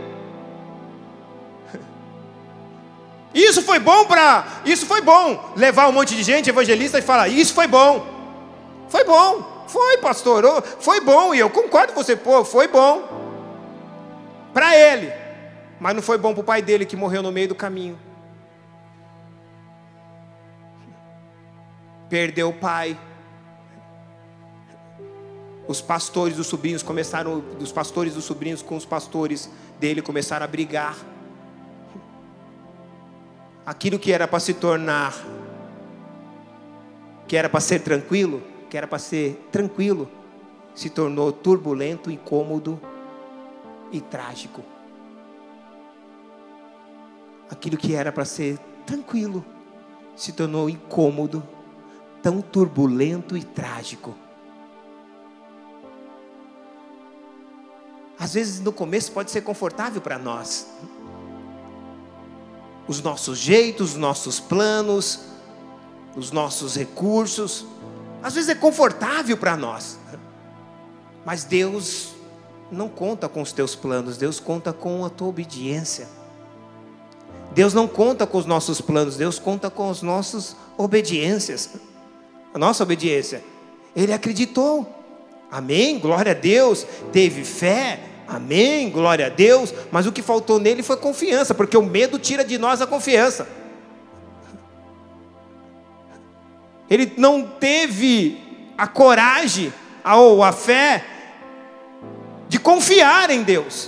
Isso foi bom para, isso foi bom, levar um monte de gente, evangelista, e falar, isso foi bom. Foi bom, foi pastor, foi bom, e eu concordo com você, pô, foi bom. Para ele, mas não foi bom para o pai dele que morreu no meio do caminho. Perdeu o pai. Os pastores dos sobrinhos começaram, os pastores dos sobrinhos com os pastores dele começaram a brigar. Aquilo que era para se tornar, que era para ser tranquilo, que era para ser tranquilo, se tornou turbulento, incômodo e trágico. Aquilo que era para ser tranquilo se tornou incômodo, tão turbulento e trágico. Às vezes no começo pode ser confortável para nós, os nossos jeitos, os nossos planos, os nossos recursos, às vezes é confortável para nós, mas Deus não conta com os teus planos, Deus conta com a tua obediência. Deus não conta com os nossos planos, Deus conta com as nossas obediências. A nossa obediência. Ele acreditou. Amém? Glória a Deus. Teve fé. Amém, glória a Deus. Mas o que faltou nele foi confiança, porque o medo tira de nós a confiança. Ele não teve a coragem ou a fé de confiar em Deus.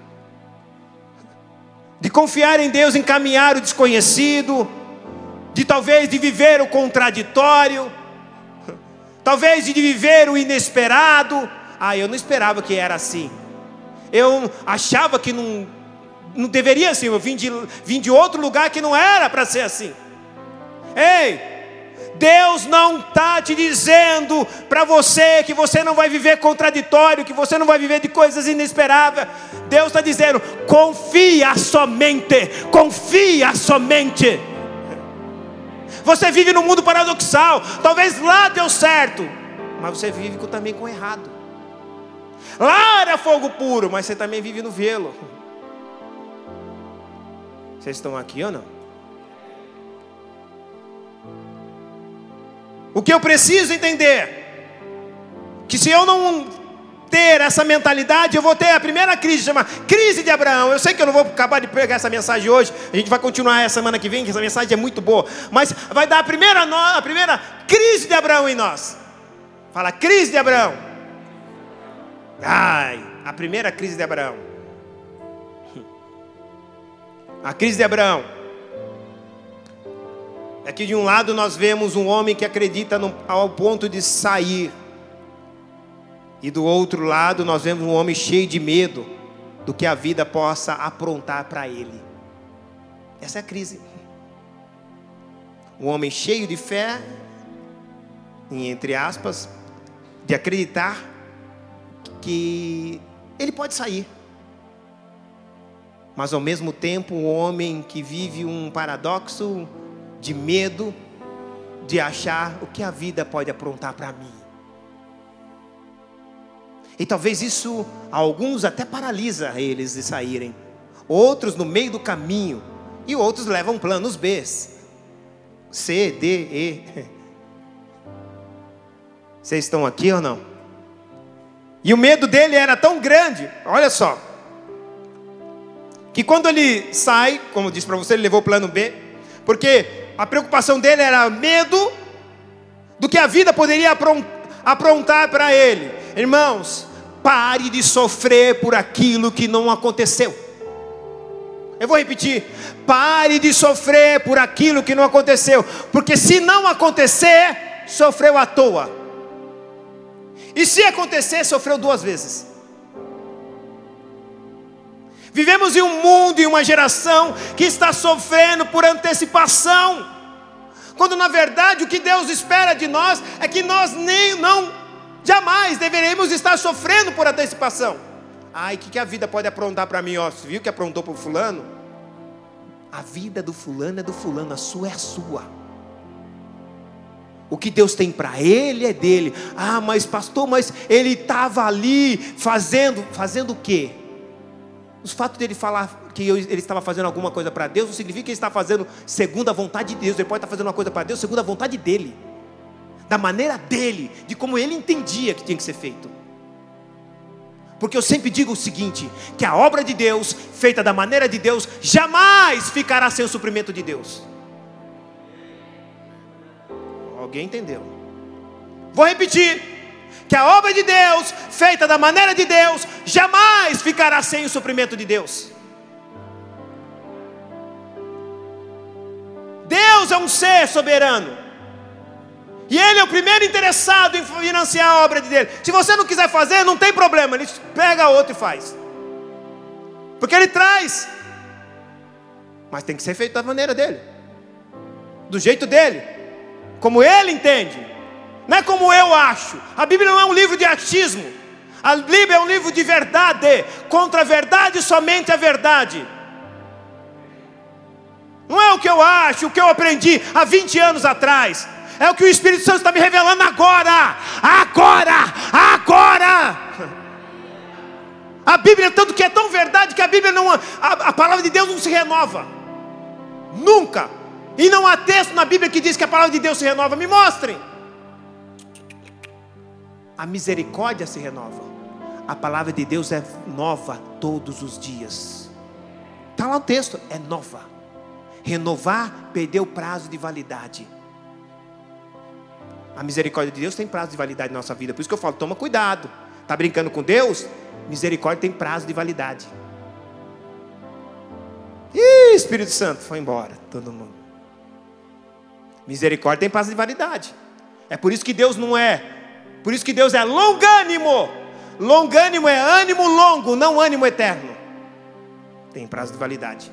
De confiar em Deus, em caminhar o desconhecido, de talvez de viver o contraditório, talvez de viver o inesperado. Ah, eu não esperava que era assim. Eu achava que não, não deveria ser. Eu vim de, vim de outro lugar que não era para ser assim. Ei! Deus não está te dizendo para você que você não vai viver contraditório, que você não vai viver de coisas inesperadas. Deus está dizendo: confia somente, confia somente. Você vive num mundo paradoxal. Talvez lá deu certo, mas você vive também com errado. Lá era fogo puro, mas você também vive no velo. Vocês estão aqui ou não? O que eu preciso entender, que se eu não ter essa mentalidade, eu vou ter a primeira crise, chama crise de Abraão. Eu sei que eu não vou acabar de pegar essa mensagem hoje, a gente vai continuar essa semana que vem, que essa mensagem é muito boa, mas vai dar a primeira, a primeira crise de Abraão em nós. Fala, crise de Abraão. Ai, a primeira crise de Abraão. A crise de Abraão é que de um lado nós vemos um homem que acredita no, ao ponto de sair, e do outro lado nós vemos um homem cheio de medo do que a vida possa aprontar para ele. Essa é a crise. Um homem cheio de fé, e entre aspas, de acreditar que ele pode sair, mas ao mesmo tempo um homem que vive um paradoxo de medo de achar o que a vida pode aprontar para mim. E talvez isso a alguns até paralisa eles de saírem. Outros no meio do caminho, e outros levam planos B, C, D, E. Vocês estão aqui ou não? E o medo dele era tão grande, olha só, que quando ele sai, como eu disse para você, ele levou o plano B, porque a preocupação dele era medo do que a vida poderia aprontar para ele. Irmãos, pare de sofrer por aquilo que não aconteceu. Eu vou repetir: pare de sofrer por aquilo que não aconteceu, porque se não acontecer, sofreu à toa. E se acontecer, sofreu duas vezes. Vivemos em um mundo e uma geração que está sofrendo por antecipação, quando na verdade o que Deus espera de nós é que nós nem, não, jamais deveremos estar sofrendo por antecipação. Ai, o que, que a vida pode aprontar para mim? Ó, você viu que aprontou para o fulano? A vida do fulano é do fulano, a sua é a sua. O que Deus tem para ele é dele. Ah, mas pastor, mas ele estava ali fazendo, fazendo o quê? O fato dele falar que ele estava fazendo alguma coisa para Deus não significa que ele está fazendo segundo a vontade de Deus. Ele pode estar fazendo uma coisa para Deus segundo a vontade dele, da maneira dele, de como ele entendia que tinha que ser feito. Porque eu sempre digo o seguinte, que a obra de Deus, feita da maneira de Deus, jamais ficará sem o suprimento de Deus. Alguém entendeu? Vou repetir. Que a obra de Deus, feita da maneira de Deus, jamais ficará sem o suprimento de Deus. Deus é um ser soberano, e Ele é o primeiro interessado em financiar a obra dele. Se você não quiser fazer, não tem problema, Ele pega outro e faz, porque Ele traz. Mas tem que ser feito da maneira dele, do jeito dele, como Ele entende. Não é como eu acho. A Bíblia não é um livro de achismo. A Bíblia é um livro de verdade. Contra a verdade, somente a verdade. Não é o que eu acho, o que eu aprendi há vinte anos atrás. É o que o Espírito Santo está me revelando agora. Agora, agora. A Bíblia, tanto que é tão verdade que a Bíblia não, a, a palavra de Deus não se renova. Nunca. E não há texto na Bíblia que diz que a palavra de Deus se renova. Me mostrem. A misericórdia se renova, A palavra de Deus é nova todos os dias. Está lá o texto, é nova. Renovar, perdeu o prazo de validade. A misericórdia de Deus tem prazo de validade na nossa vida. Por isso que eu falo, toma cuidado. Está brincando com Deus? Misericórdia tem prazo de validade. Ih, Espírito Santo, foi embora todo mundo. Misericórdia tem prazo de validade. É por isso que Deus não é. Por isso que Deus é longânimo. Longânimo é ânimo longo, não ânimo eterno. Tem prazo de validade.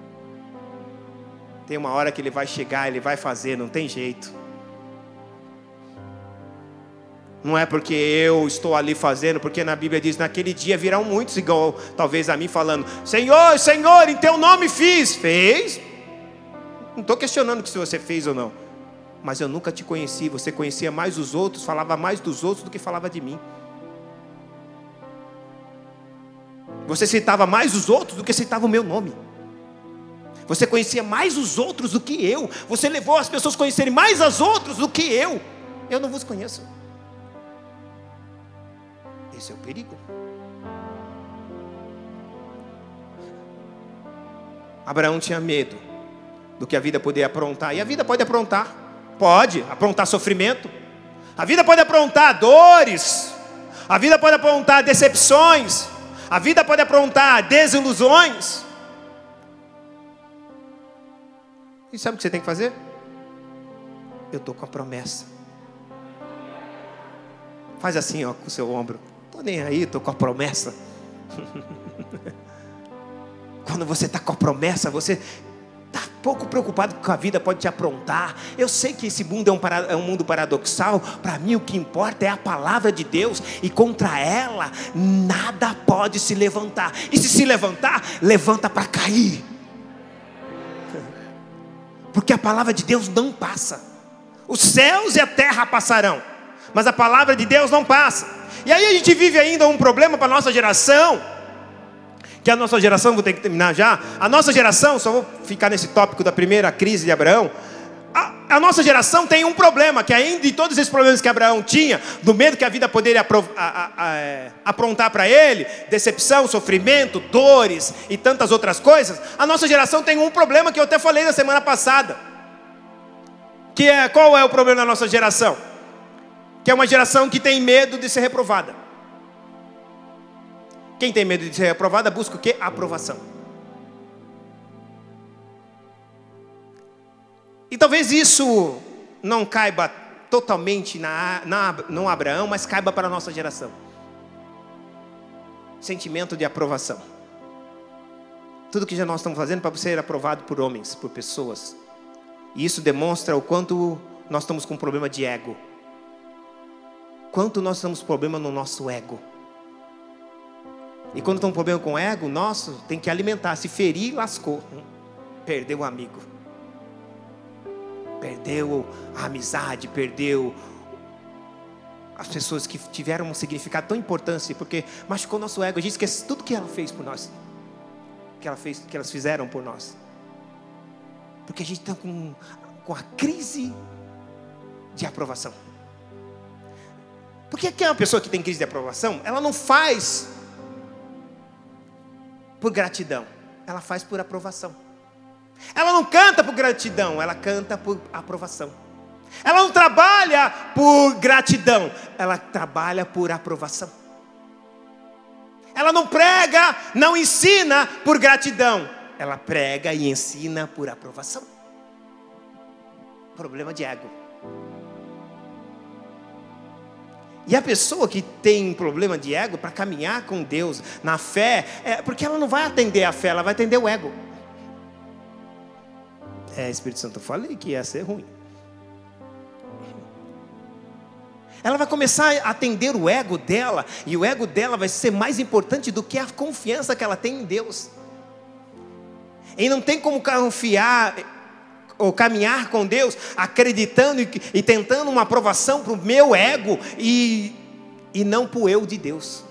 Tem uma hora que Ele vai chegar, Ele vai fazer, não tem jeito. Não é porque eu estou ali fazendo, porque na Bíblia diz, naquele dia virão muitos igual talvez a mim falando, Senhor, Senhor, em teu nome fiz. Fez? Não estou questionando se você fez ou não. Mas eu nunca te conheci, você conhecia mais os outros, falava mais dos outros do que falava de mim. Você citava mais os outros do que citava o meu nome. Você conhecia mais os outros do que eu. Você levou as pessoas a conhecerem mais as outras do que eu. Eu não vos conheço. Esse é o perigo. Abraão tinha medo do que a vida poderia aprontar. E a vida pode aprontar. Pode aprontar sofrimento. A vida pode aprontar dores. A vida pode aprontar decepções. A vida pode aprontar desilusões. E sabe o que você tem que fazer? Eu estou com a promessa. Faz assim, ó, com o seu ombro. Estou nem aí, estou com a promessa. Quando você está com a promessa, você está pouco preocupado com a vida pode te aprontar. Eu sei que esse mundo é um, para, é um mundo paradoxal. Para mim o que importa é a palavra de Deus. E contra ela, nada pode se levantar. E se se levantar, levanta para cair. Porque a palavra de Deus não passa. Os céus e a terra passarão, mas a palavra de Deus não passa. E aí a gente vive ainda um problema para a nossa geração. Que a nossa geração, vou ter que terminar já. A nossa geração, só vou ficar nesse tópico da primeira crise de Abraão. A, a nossa geração tem um problema, que ainda de todos esses problemas que Abraão tinha, do medo que a vida poderia apro, a, a, a, é, aprontar para ele, decepção, sofrimento, dores e tantas outras coisas. A nossa geração tem um problema que eu até falei na semana passada. Que é, qual é o problema da nossa geração? Que é uma geração que tem medo de ser reprovada. Quem tem medo de ser reprovada busca o quê? Aprovação. E talvez isso não caiba totalmente na, na, no Abraão, mas caiba para a nossa geração. Sentimento de aprovação. Tudo que já nós estamos fazendo para ser aprovado por homens, por pessoas. E isso demonstra o quanto nós estamos com um problema de ego. Quanto nós temos problema no nosso ego. E quando tem um problema com o ego nosso, tem que alimentar. Se ferir, lascou. Perdeu o amigo. Perdeu a amizade. Perdeu as pessoas que tiveram um significado tão importante. Porque machucou nosso ego. A gente esquece tudo que ela fez por nós. Que, ela fez, que elas fizeram por nós. Porque a gente está com, com a crise de aprovação. Porque aquela pessoa que tem crise de aprovação, ela não faz por gratidão, ela faz por aprovação. Ela não canta por gratidão, ela canta por aprovação. Ela não trabalha por gratidão, ela trabalha por aprovação. Ela não prega, não ensina por gratidão, ela prega e ensina por aprovação. Problema de ego. E a pessoa que tem problema de ego, para caminhar com Deus na fé, é porque ela não vai atender a fé, ela vai atender o ego. É, Espírito Santo, eu falei que ia ser ruim. Ela vai começar a atender o ego dela, e o ego dela vai ser mais importante do que a confiança que ela tem em Deus. E não tem como confiar ou caminhar com Deus, acreditando e, e tentando uma aprovação para o meu ego e, e não para o eu de Deus.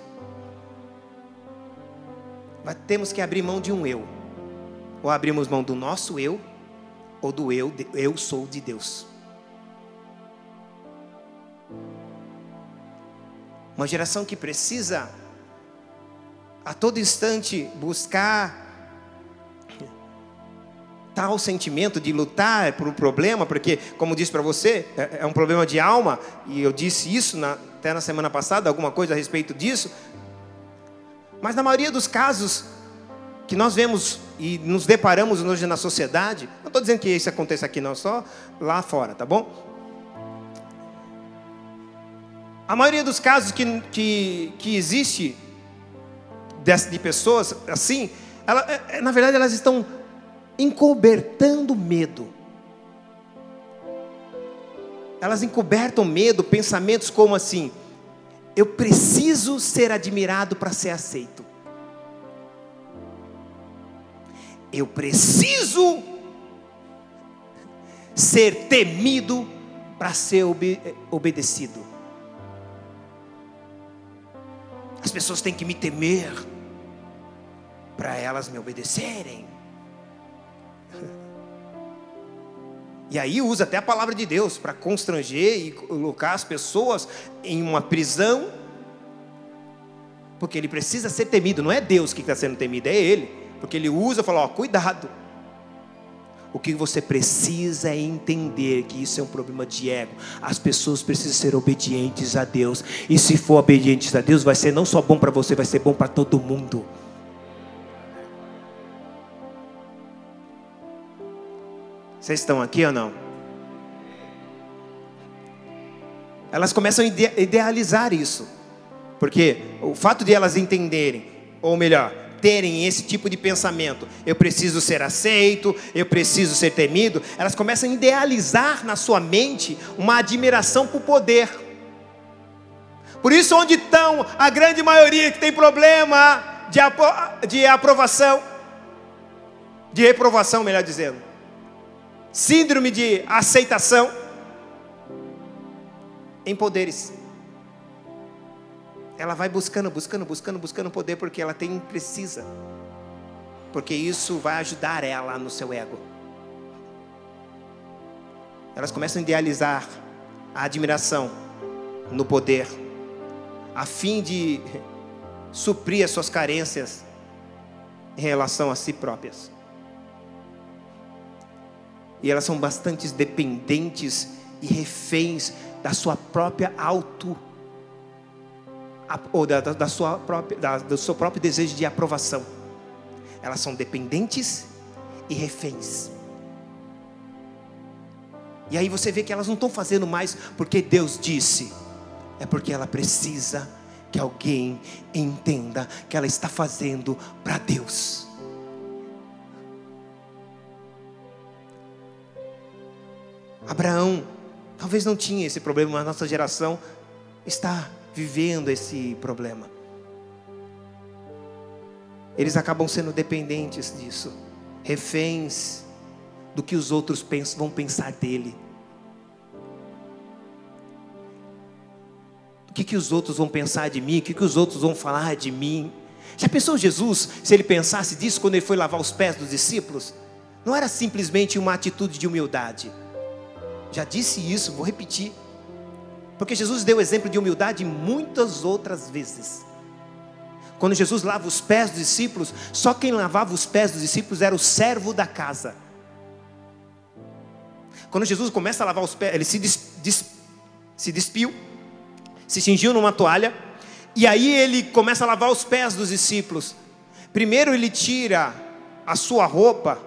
Mas temos que abrir mão de um eu. Ou abrimos mão do nosso eu, ou do eu, de, eu sou de Deus. Uma geração que precisa a todo instante buscar tal sentimento de lutar por um problema, porque, como disse para você, é um problema de alma, e eu disse isso na, até na semana passada, alguma coisa a respeito disso. Mas na maioria dos casos que nós vemos e nos deparamos hoje na sociedade, não estou dizendo que isso aconteça aqui não, só lá fora, tá bom? A maioria dos casos que, que, que existe de, de pessoas assim, ela, é, na verdade elas estão encobertando medo. Elas encobertam medo, pensamentos como assim: eu preciso ser admirado para ser aceito. Eu preciso ser temido para ser obe- obedecido. As pessoas têm que me temer para elas me obedecerem. E aí usa até a palavra de Deus para constranger e colocar as pessoas em uma prisão, porque ele precisa ser temido. Não é Deus que está sendo temido, é ele, porque ele usa e fala: ó, cuidado. O que você precisa é entender que isso é um problema de ego. As pessoas precisam ser obedientes a Deus, e se for obedientes a Deus, vai ser não só bom para você, vai ser bom para todo mundo. Vocês estão aqui ou não? Elas começam a ide- idealizar isso, porque o fato de elas entenderem, ou melhor, terem esse tipo de pensamento: eu preciso ser aceito, eu preciso ser temido, elas começam a idealizar na sua mente uma admiração por poder. Por isso, onde estão a grande maioria que tem problema de, apro- de aprovação, de reprovação, melhor dizendo, síndrome de aceitação, em poderes. Ela vai buscando, buscando, buscando, buscando poder, porque ela tem, precisa, porque isso vai ajudar ela no seu ego. Elas começam a idealizar a admiração no poder, a fim de suprir as suas carências em relação a si próprias. E elas são bastante dependentes e reféns da sua própria auto, ou da, da sua própria, da, do seu próprio desejo de aprovação. Elas são dependentes e reféns. E aí você vê que elas não estão fazendo mais porque Deus disse, é porque ela precisa que alguém entenda que ela está fazendo para Deus. Abraão talvez não tinha esse problema, mas a nossa geração está vivendo esse problema. Eles acabam sendo dependentes disso, reféns do que os outros pensam, vão pensar dele. O que, que os outros vão pensar de mim? O que, que os outros vão falar de mim? Já pensou Jesus, se ele pensasse disso quando ele foi lavar os pés dos discípulos? Não era simplesmente uma atitude de humildade. Já disse isso, vou repetir, porque Jesus deu exemplo de humildade muitas outras vezes. Quando Jesus lava os pés dos discípulos, só quem lavava os pés dos discípulos era o servo da casa. Quando Jesus começa a lavar os pés, ele se, des, des, se despiu, se cingiu numa toalha, e aí ele começa a lavar os pés dos discípulos. Primeiro ele tira a sua roupa,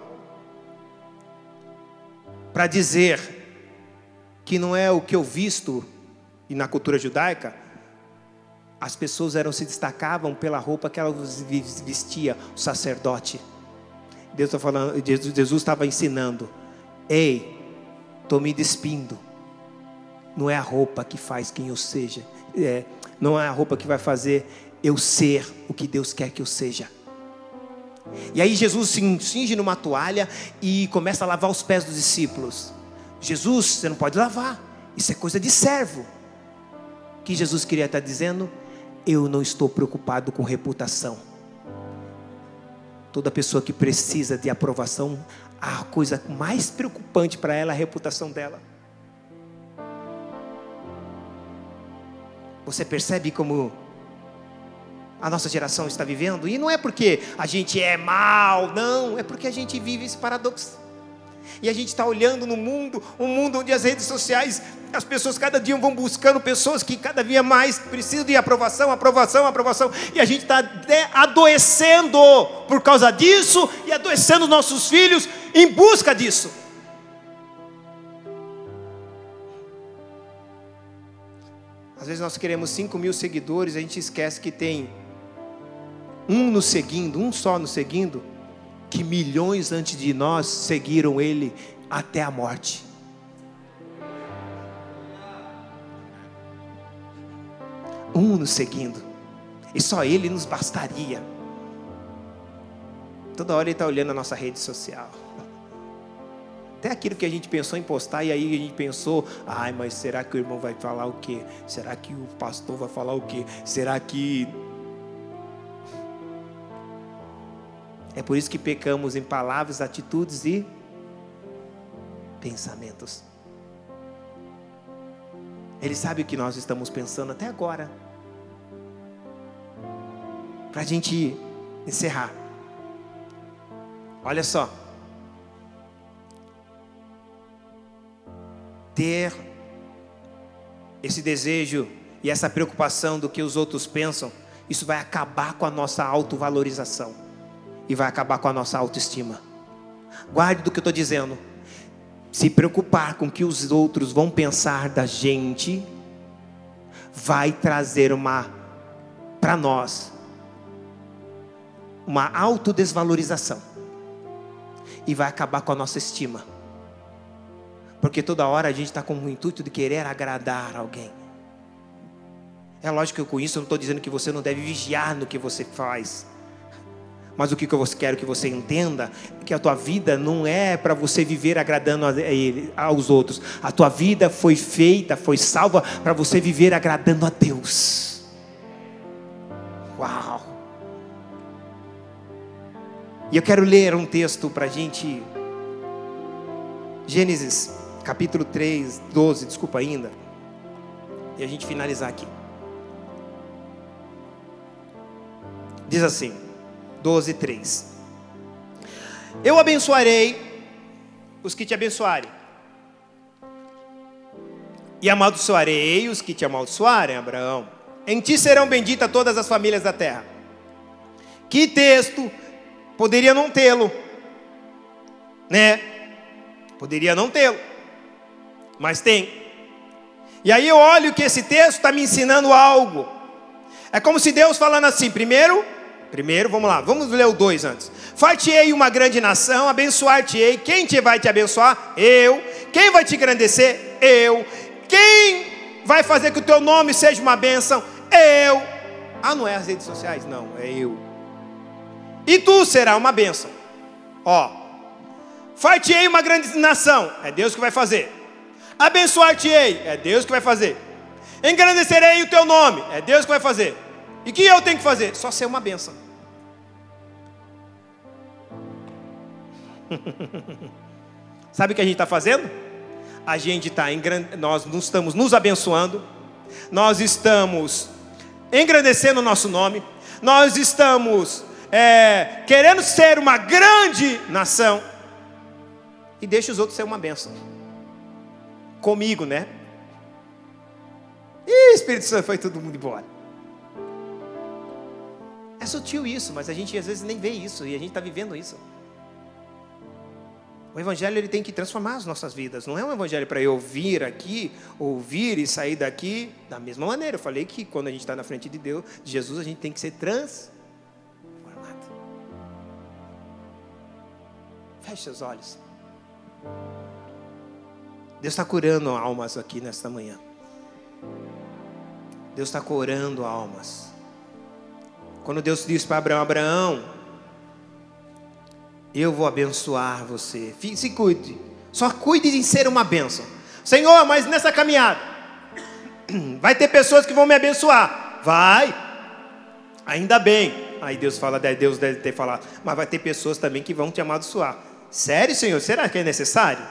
para dizer que não é o que eu visto. E na cultura judaica, as pessoas eram, se destacavam pela roupa que elas vestia, o sacerdote. Deus está falando, Jesus estava ensinando: ei, estou me despindo. Não é a roupa que faz quem eu seja, é, não é a roupa que vai fazer eu ser o que Deus quer que eu seja. E aí Jesus se cinge numa toalha e começa a lavar os pés dos discípulos. Jesus, você não pode lavar, isso é coisa de servo. O que Jesus queria estar dizendo? Eu não estou preocupado com reputação. Toda pessoa que precisa de aprovação, a coisa mais preocupante para ela é a reputação dela. Você percebe como a nossa geração está vivendo? E não é porque a gente é mal, não, é porque a gente vive esse paradoxo. E a gente está olhando no mundo, um mundo onde as redes sociais, as pessoas cada dia vão buscando pessoas que cada dia mais precisam de aprovação, aprovação, aprovação. E a gente está adoecendo por causa disso e adoecendo os nossos filhos em busca disso. Às vezes nós queremos cinco mil seguidores, a gente esquece que tem um nos seguindo, um só nos seguindo, que milhões antes de nós seguiram ele até a morte. Um nos seguindo, e só ele nos bastaria. Toda hora ele está olhando a nossa rede social. Até aquilo que a gente pensou em postar, e aí a gente pensou, ai, mas será que o irmão vai falar o quê? Será que o pastor vai falar o quê? Será que... É por isso que pecamos em palavras, atitudes e pensamentos. Ele sabe o que nós estamos pensando até agora. Para a gente encerrar. Olha só. Ter esse desejo e essa preocupação do que os outros pensam, isso vai acabar com a nossa autovalorização e vai acabar com a nossa autoestima. Guarde do que eu estou dizendo. Se preocupar com o que os outros vão pensar da gente vai trazer uma para nós uma autodesvalorização e vai acabar com a nossa estima. Porque toda hora a gente está com o intuito de querer agradar alguém. É lógico que com isso eu não estou dizendo que você não deve vigiar no que você faz. Mas o que eu quero que você entenda é que a tua vida não é para você viver agradando a ele, aos outros. A tua vida foi feita, foi salva para você viver agradando a Deus. Uau! E eu quero ler um texto para a gente. Gênesis capítulo três, doze, desculpa ainda. E a gente finalizar aqui. Diz assim, doze, três. Eu abençoarei os que te abençoarem. E amaldiçoarei os que te amaldiçoarem, Abraão. Em ti serão benditas todas as famílias da terra. Que texto poderia não tê-lo, né? Poderia não tê-lo, mas tem. E aí eu olho que esse texto está me ensinando algo. É como se Deus falando assim, primeiro, primeiro, vamos lá, vamos ler o dois antes. Far-te-ei uma grande nação, abençoar-te-ei. Quem te vai te abençoar? Eu. Quem vai te engrandecer? Eu. Quem vai fazer que o teu nome seja uma bênção? Eu. Ah, não é as redes sociais? Não, é eu. E tu será uma bênção. Ó, far-te-ei uma grande nação, é Deus que vai fazer. Abençoar-te-ei, é Deus que vai fazer. Engrandecerei o teu nome, é Deus que vai fazer. E o que eu tenho que fazer? Só ser uma bênção. Sabe o que a gente está fazendo? A gente está, engran... nós não estamos nos abençoando, nós estamos engrandecendo o nosso nome, nós estamos é, querendo ser uma grande nação, e deixa os outros ser uma bênção. Comigo, né? Ih, Espírito Santo, foi todo mundo embora. É sutil isso, mas a gente às vezes nem vê isso, e a gente está vivendo isso. O evangelho ele tem que transformar as nossas vidas. Não é um evangelho para eu vir aqui, ouvir e sair daqui da mesma maneira. Eu falei que quando a gente está na frente de Deus, de Jesus, a gente tem que ser transformado. Feche seus olhos. Deus está curando almas aqui nesta manhã. Deus está curando almas. Quando Deus disse para Abraão, Abraão, eu vou abençoar você. Se cuide. Só cuide de ser uma bênção. Senhor, mas nessa caminhada vai ter pessoas que vão me abençoar. Vai. Ainda bem. Aí Deus fala, Deus deve ter falado, mas vai ter pessoas também que vão te amaldiçoar. Sério, Senhor? Será que é necessário?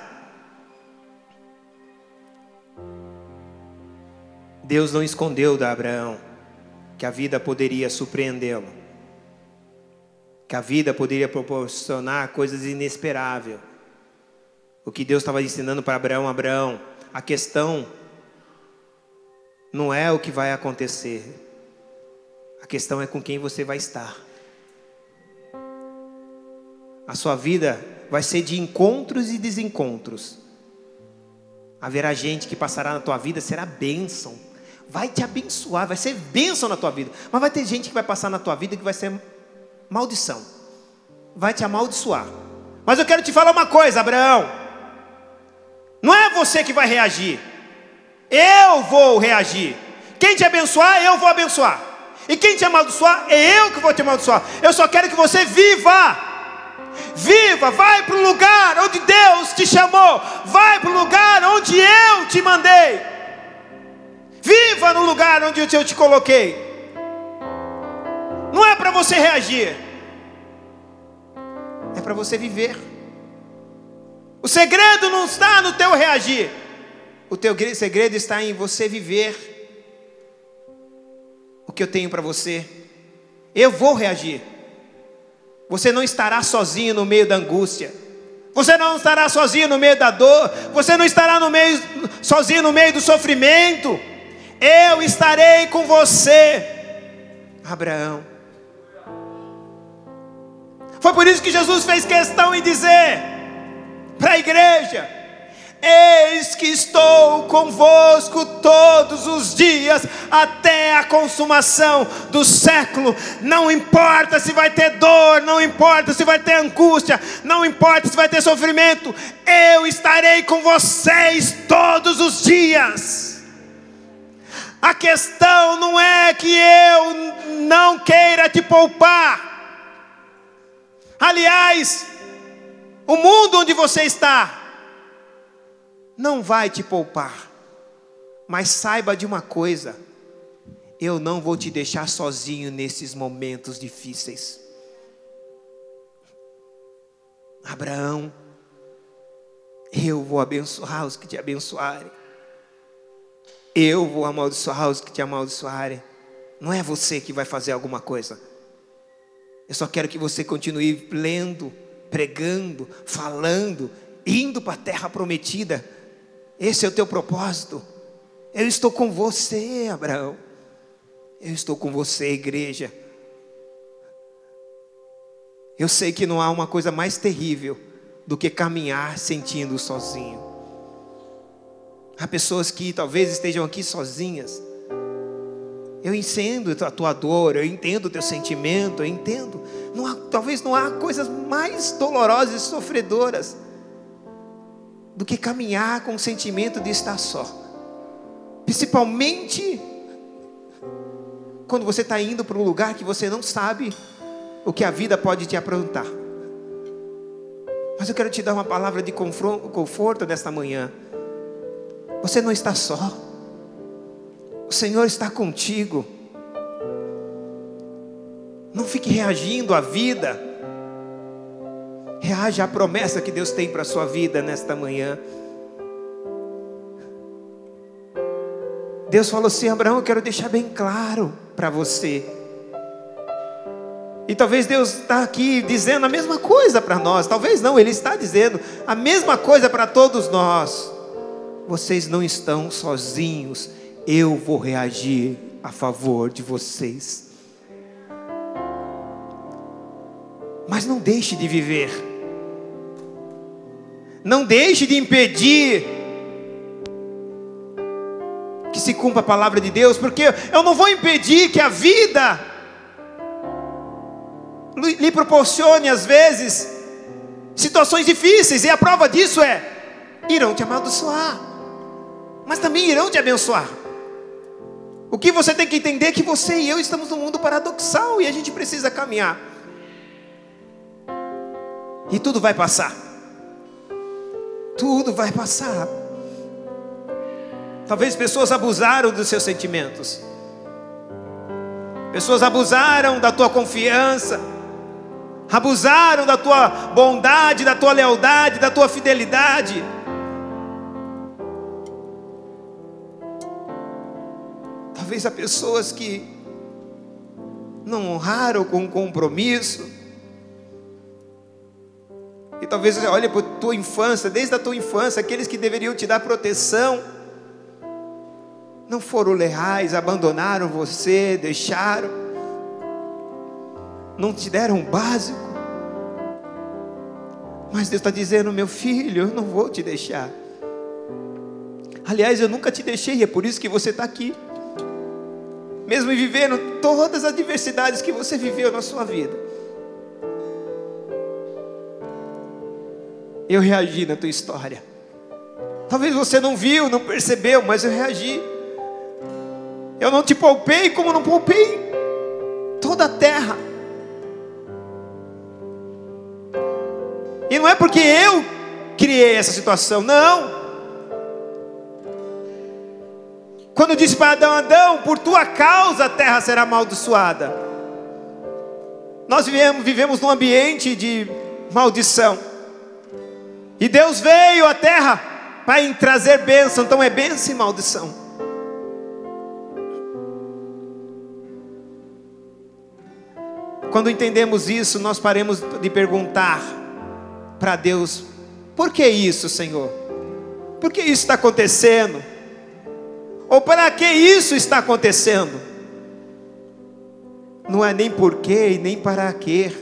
Deus não escondeu de Abraão que a vida poderia surpreendê-lo, que a vida poderia proporcionar coisas inesperáveis. O que Deus estava ensinando para Abraão: Abraão, a questão não é o que vai acontecer, a questão é com quem você vai estar. A sua vida vai ser de encontros e desencontros. Haverá gente que passará na tua vida, será bênção, vai te abençoar, vai ser bênção na tua vida. Mas vai ter gente que vai passar na tua vida que vai ser maldição, vai te amaldiçoar. Mas eu quero te falar uma coisa, Abraão: não é você que vai reagir, eu vou reagir. Quem te abençoar, eu vou abençoar. E quem te amaldiçoar, é eu que vou te amaldiçoar. Eu só quero que você viva. Viva, vai para o lugar onde Deus te chamou. Vai para o lugar onde eu te mandei. Viva no lugar onde eu te coloquei. Não é para você reagir, é para você viver. O segredo não está no teu reagir, o teu segredo está em você viver o que eu tenho para você. Eu vou reagir. Você não estará sozinho no meio da angústia, você não estará sozinho no meio da dor, você não estará no meio, sozinho no meio do sofrimento. Eu estarei com você, Abraão. Foi por isso que Jesus fez questão em dizer para a igreja: eis que estou convosco todos os dias, até a consumação do século. Não importa se vai ter dor, não importa se vai ter angústia, não importa se vai ter sofrimento, eu estarei com vocês todos os dias. A questão não é que eu não queira te poupar. Aliás, o mundo onde você está não vai te poupar. Mas saiba de uma coisa: eu não vou te deixar sozinho nesses momentos difíceis. Abraão, eu vou abençoar os que te abençoarem, eu vou amaldiçoar os que te amaldiçoarem. Não é você que vai fazer alguma coisa. Eu só quero que você continue lendo, pregando, falando, indo para a terra prometida. Esse é o teu propósito. Eu estou com você, Abraão. Eu estou com você, igreja. Eu sei que não há uma coisa mais terrível do que caminhar sentindo sozinho. Há pessoas que talvez estejam aqui sozinhas. Eu entendo a tua dor, eu entendo o teu sentimento, eu entendo. Não há, talvez não há coisas mais dolorosas e sofredoras do que caminhar com o sentimento de estar só. Principalmente quando você está indo para um lugar que você não sabe o que a vida pode te aprontar. Mas eu quero te dar uma palavra de conforto nesta manhã. Você não está só. O Senhor está contigo. Não fique reagindo à vida. Reaja à promessa que Deus tem para a sua vida nesta manhã. Deus falou assim: Abraão, eu quero deixar bem claro para você. E talvez Deus está aqui dizendo a mesma coisa para nós. Talvez não, Ele está dizendo a mesma coisa para todos nós. Vocês não estão sozinhos. Eu vou reagir a favor de vocês. Mas não deixe de viver. Não deixe de impedir que se cumpra a palavra de Deus, porque eu não vou impedir que a vida lhe proporcione às vezes situações difíceis, e a prova disso é: irão te amaldiçoar, mas também irão te abençoar. O que você tem que entender é que você e eu estamos num mundo paradoxal, e a gente precisa caminhar. E tudo vai passar. Tudo vai passar. Talvez pessoas abusaram dos seus sentimentos. Pessoas abusaram da tua confiança. Abusaram da tua bondade, da tua lealdade, da tua fidelidade. Talvez há pessoas que não honraram com compromisso. E talvez você olhe para a tua infância, desde a tua infância, aqueles que deveriam te dar proteção, não foram leais, abandonaram você, deixaram, não te deram o básico. Mas Deus está dizendo: meu filho, eu não vou te deixar. Aliás, eu nunca te deixei, é por isso que você está aqui. Mesmo vivendo todas as adversidades que você viveu na sua vida, eu reagi na tua história. Talvez você não viu, não percebeu, mas eu reagi. Eu não te poupei como não poupei toda a terra. E não é porque eu criei essa situação, não. Quando disse para Adão: Adão, por tua causa a terra será amaldiçoada. Nós vivemos, vivemos num ambiente de maldição. E Deus veio à terra para trazer bênção. Então é bênção e maldição. Quando entendemos isso, nós paramos de perguntar para Deus: por que isso, Senhor? Por que isso está acontecendo? Ou para que isso está acontecendo? Não é nem porquê e nem para quê.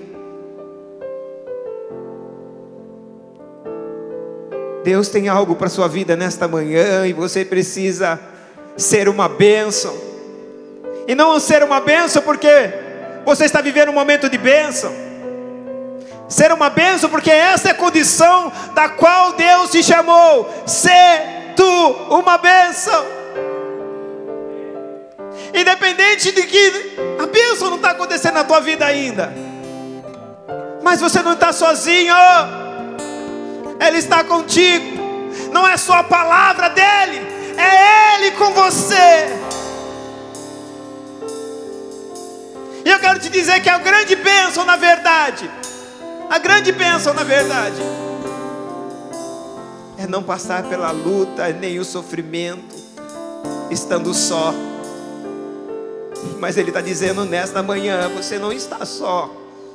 Deus tem algo para a sua vida nesta manhã, e você precisa ser uma bênção. E não ser uma bênção porque você está vivendo um momento de bênção. Ser uma bênção porque essa é a condição da qual Deus te chamou. Ser tu uma bênção. Independente de que a bênção não está acontecendo na tua vida ainda, mas você não está sozinho. Ele está contigo. Não é só a palavra dele, é Ele com você. E eu quero te dizer que a grande bênção, na verdade, a grande bênção, na verdade, é não passar pela luta, nem o sofrimento, estando só. Mas Ele está dizendo nesta manhã: você não está só.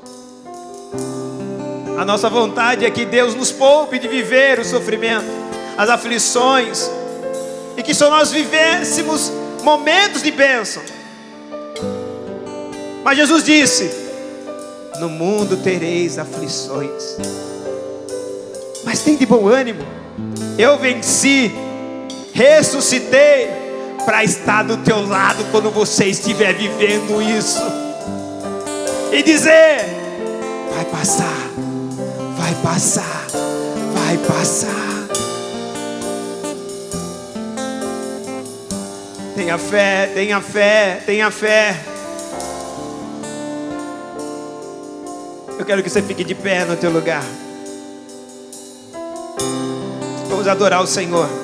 A nossa vontade é que Deus nos poupe de viver o sofrimento, as aflições, e que só nós vivêssemos momentos de bênção. Mas Jesus disse: no mundo tereis aflições, mas tem de bom ânimo, eu venci, ressuscitei, para estar do teu lado quando você estiver vivendo isso, e dizer: vai passar, vai passar, vai passar. Tenha fé, tenha fé, tenha fé. Eu quero que você fique de pé no teu lugar. Vamos adorar o Senhor.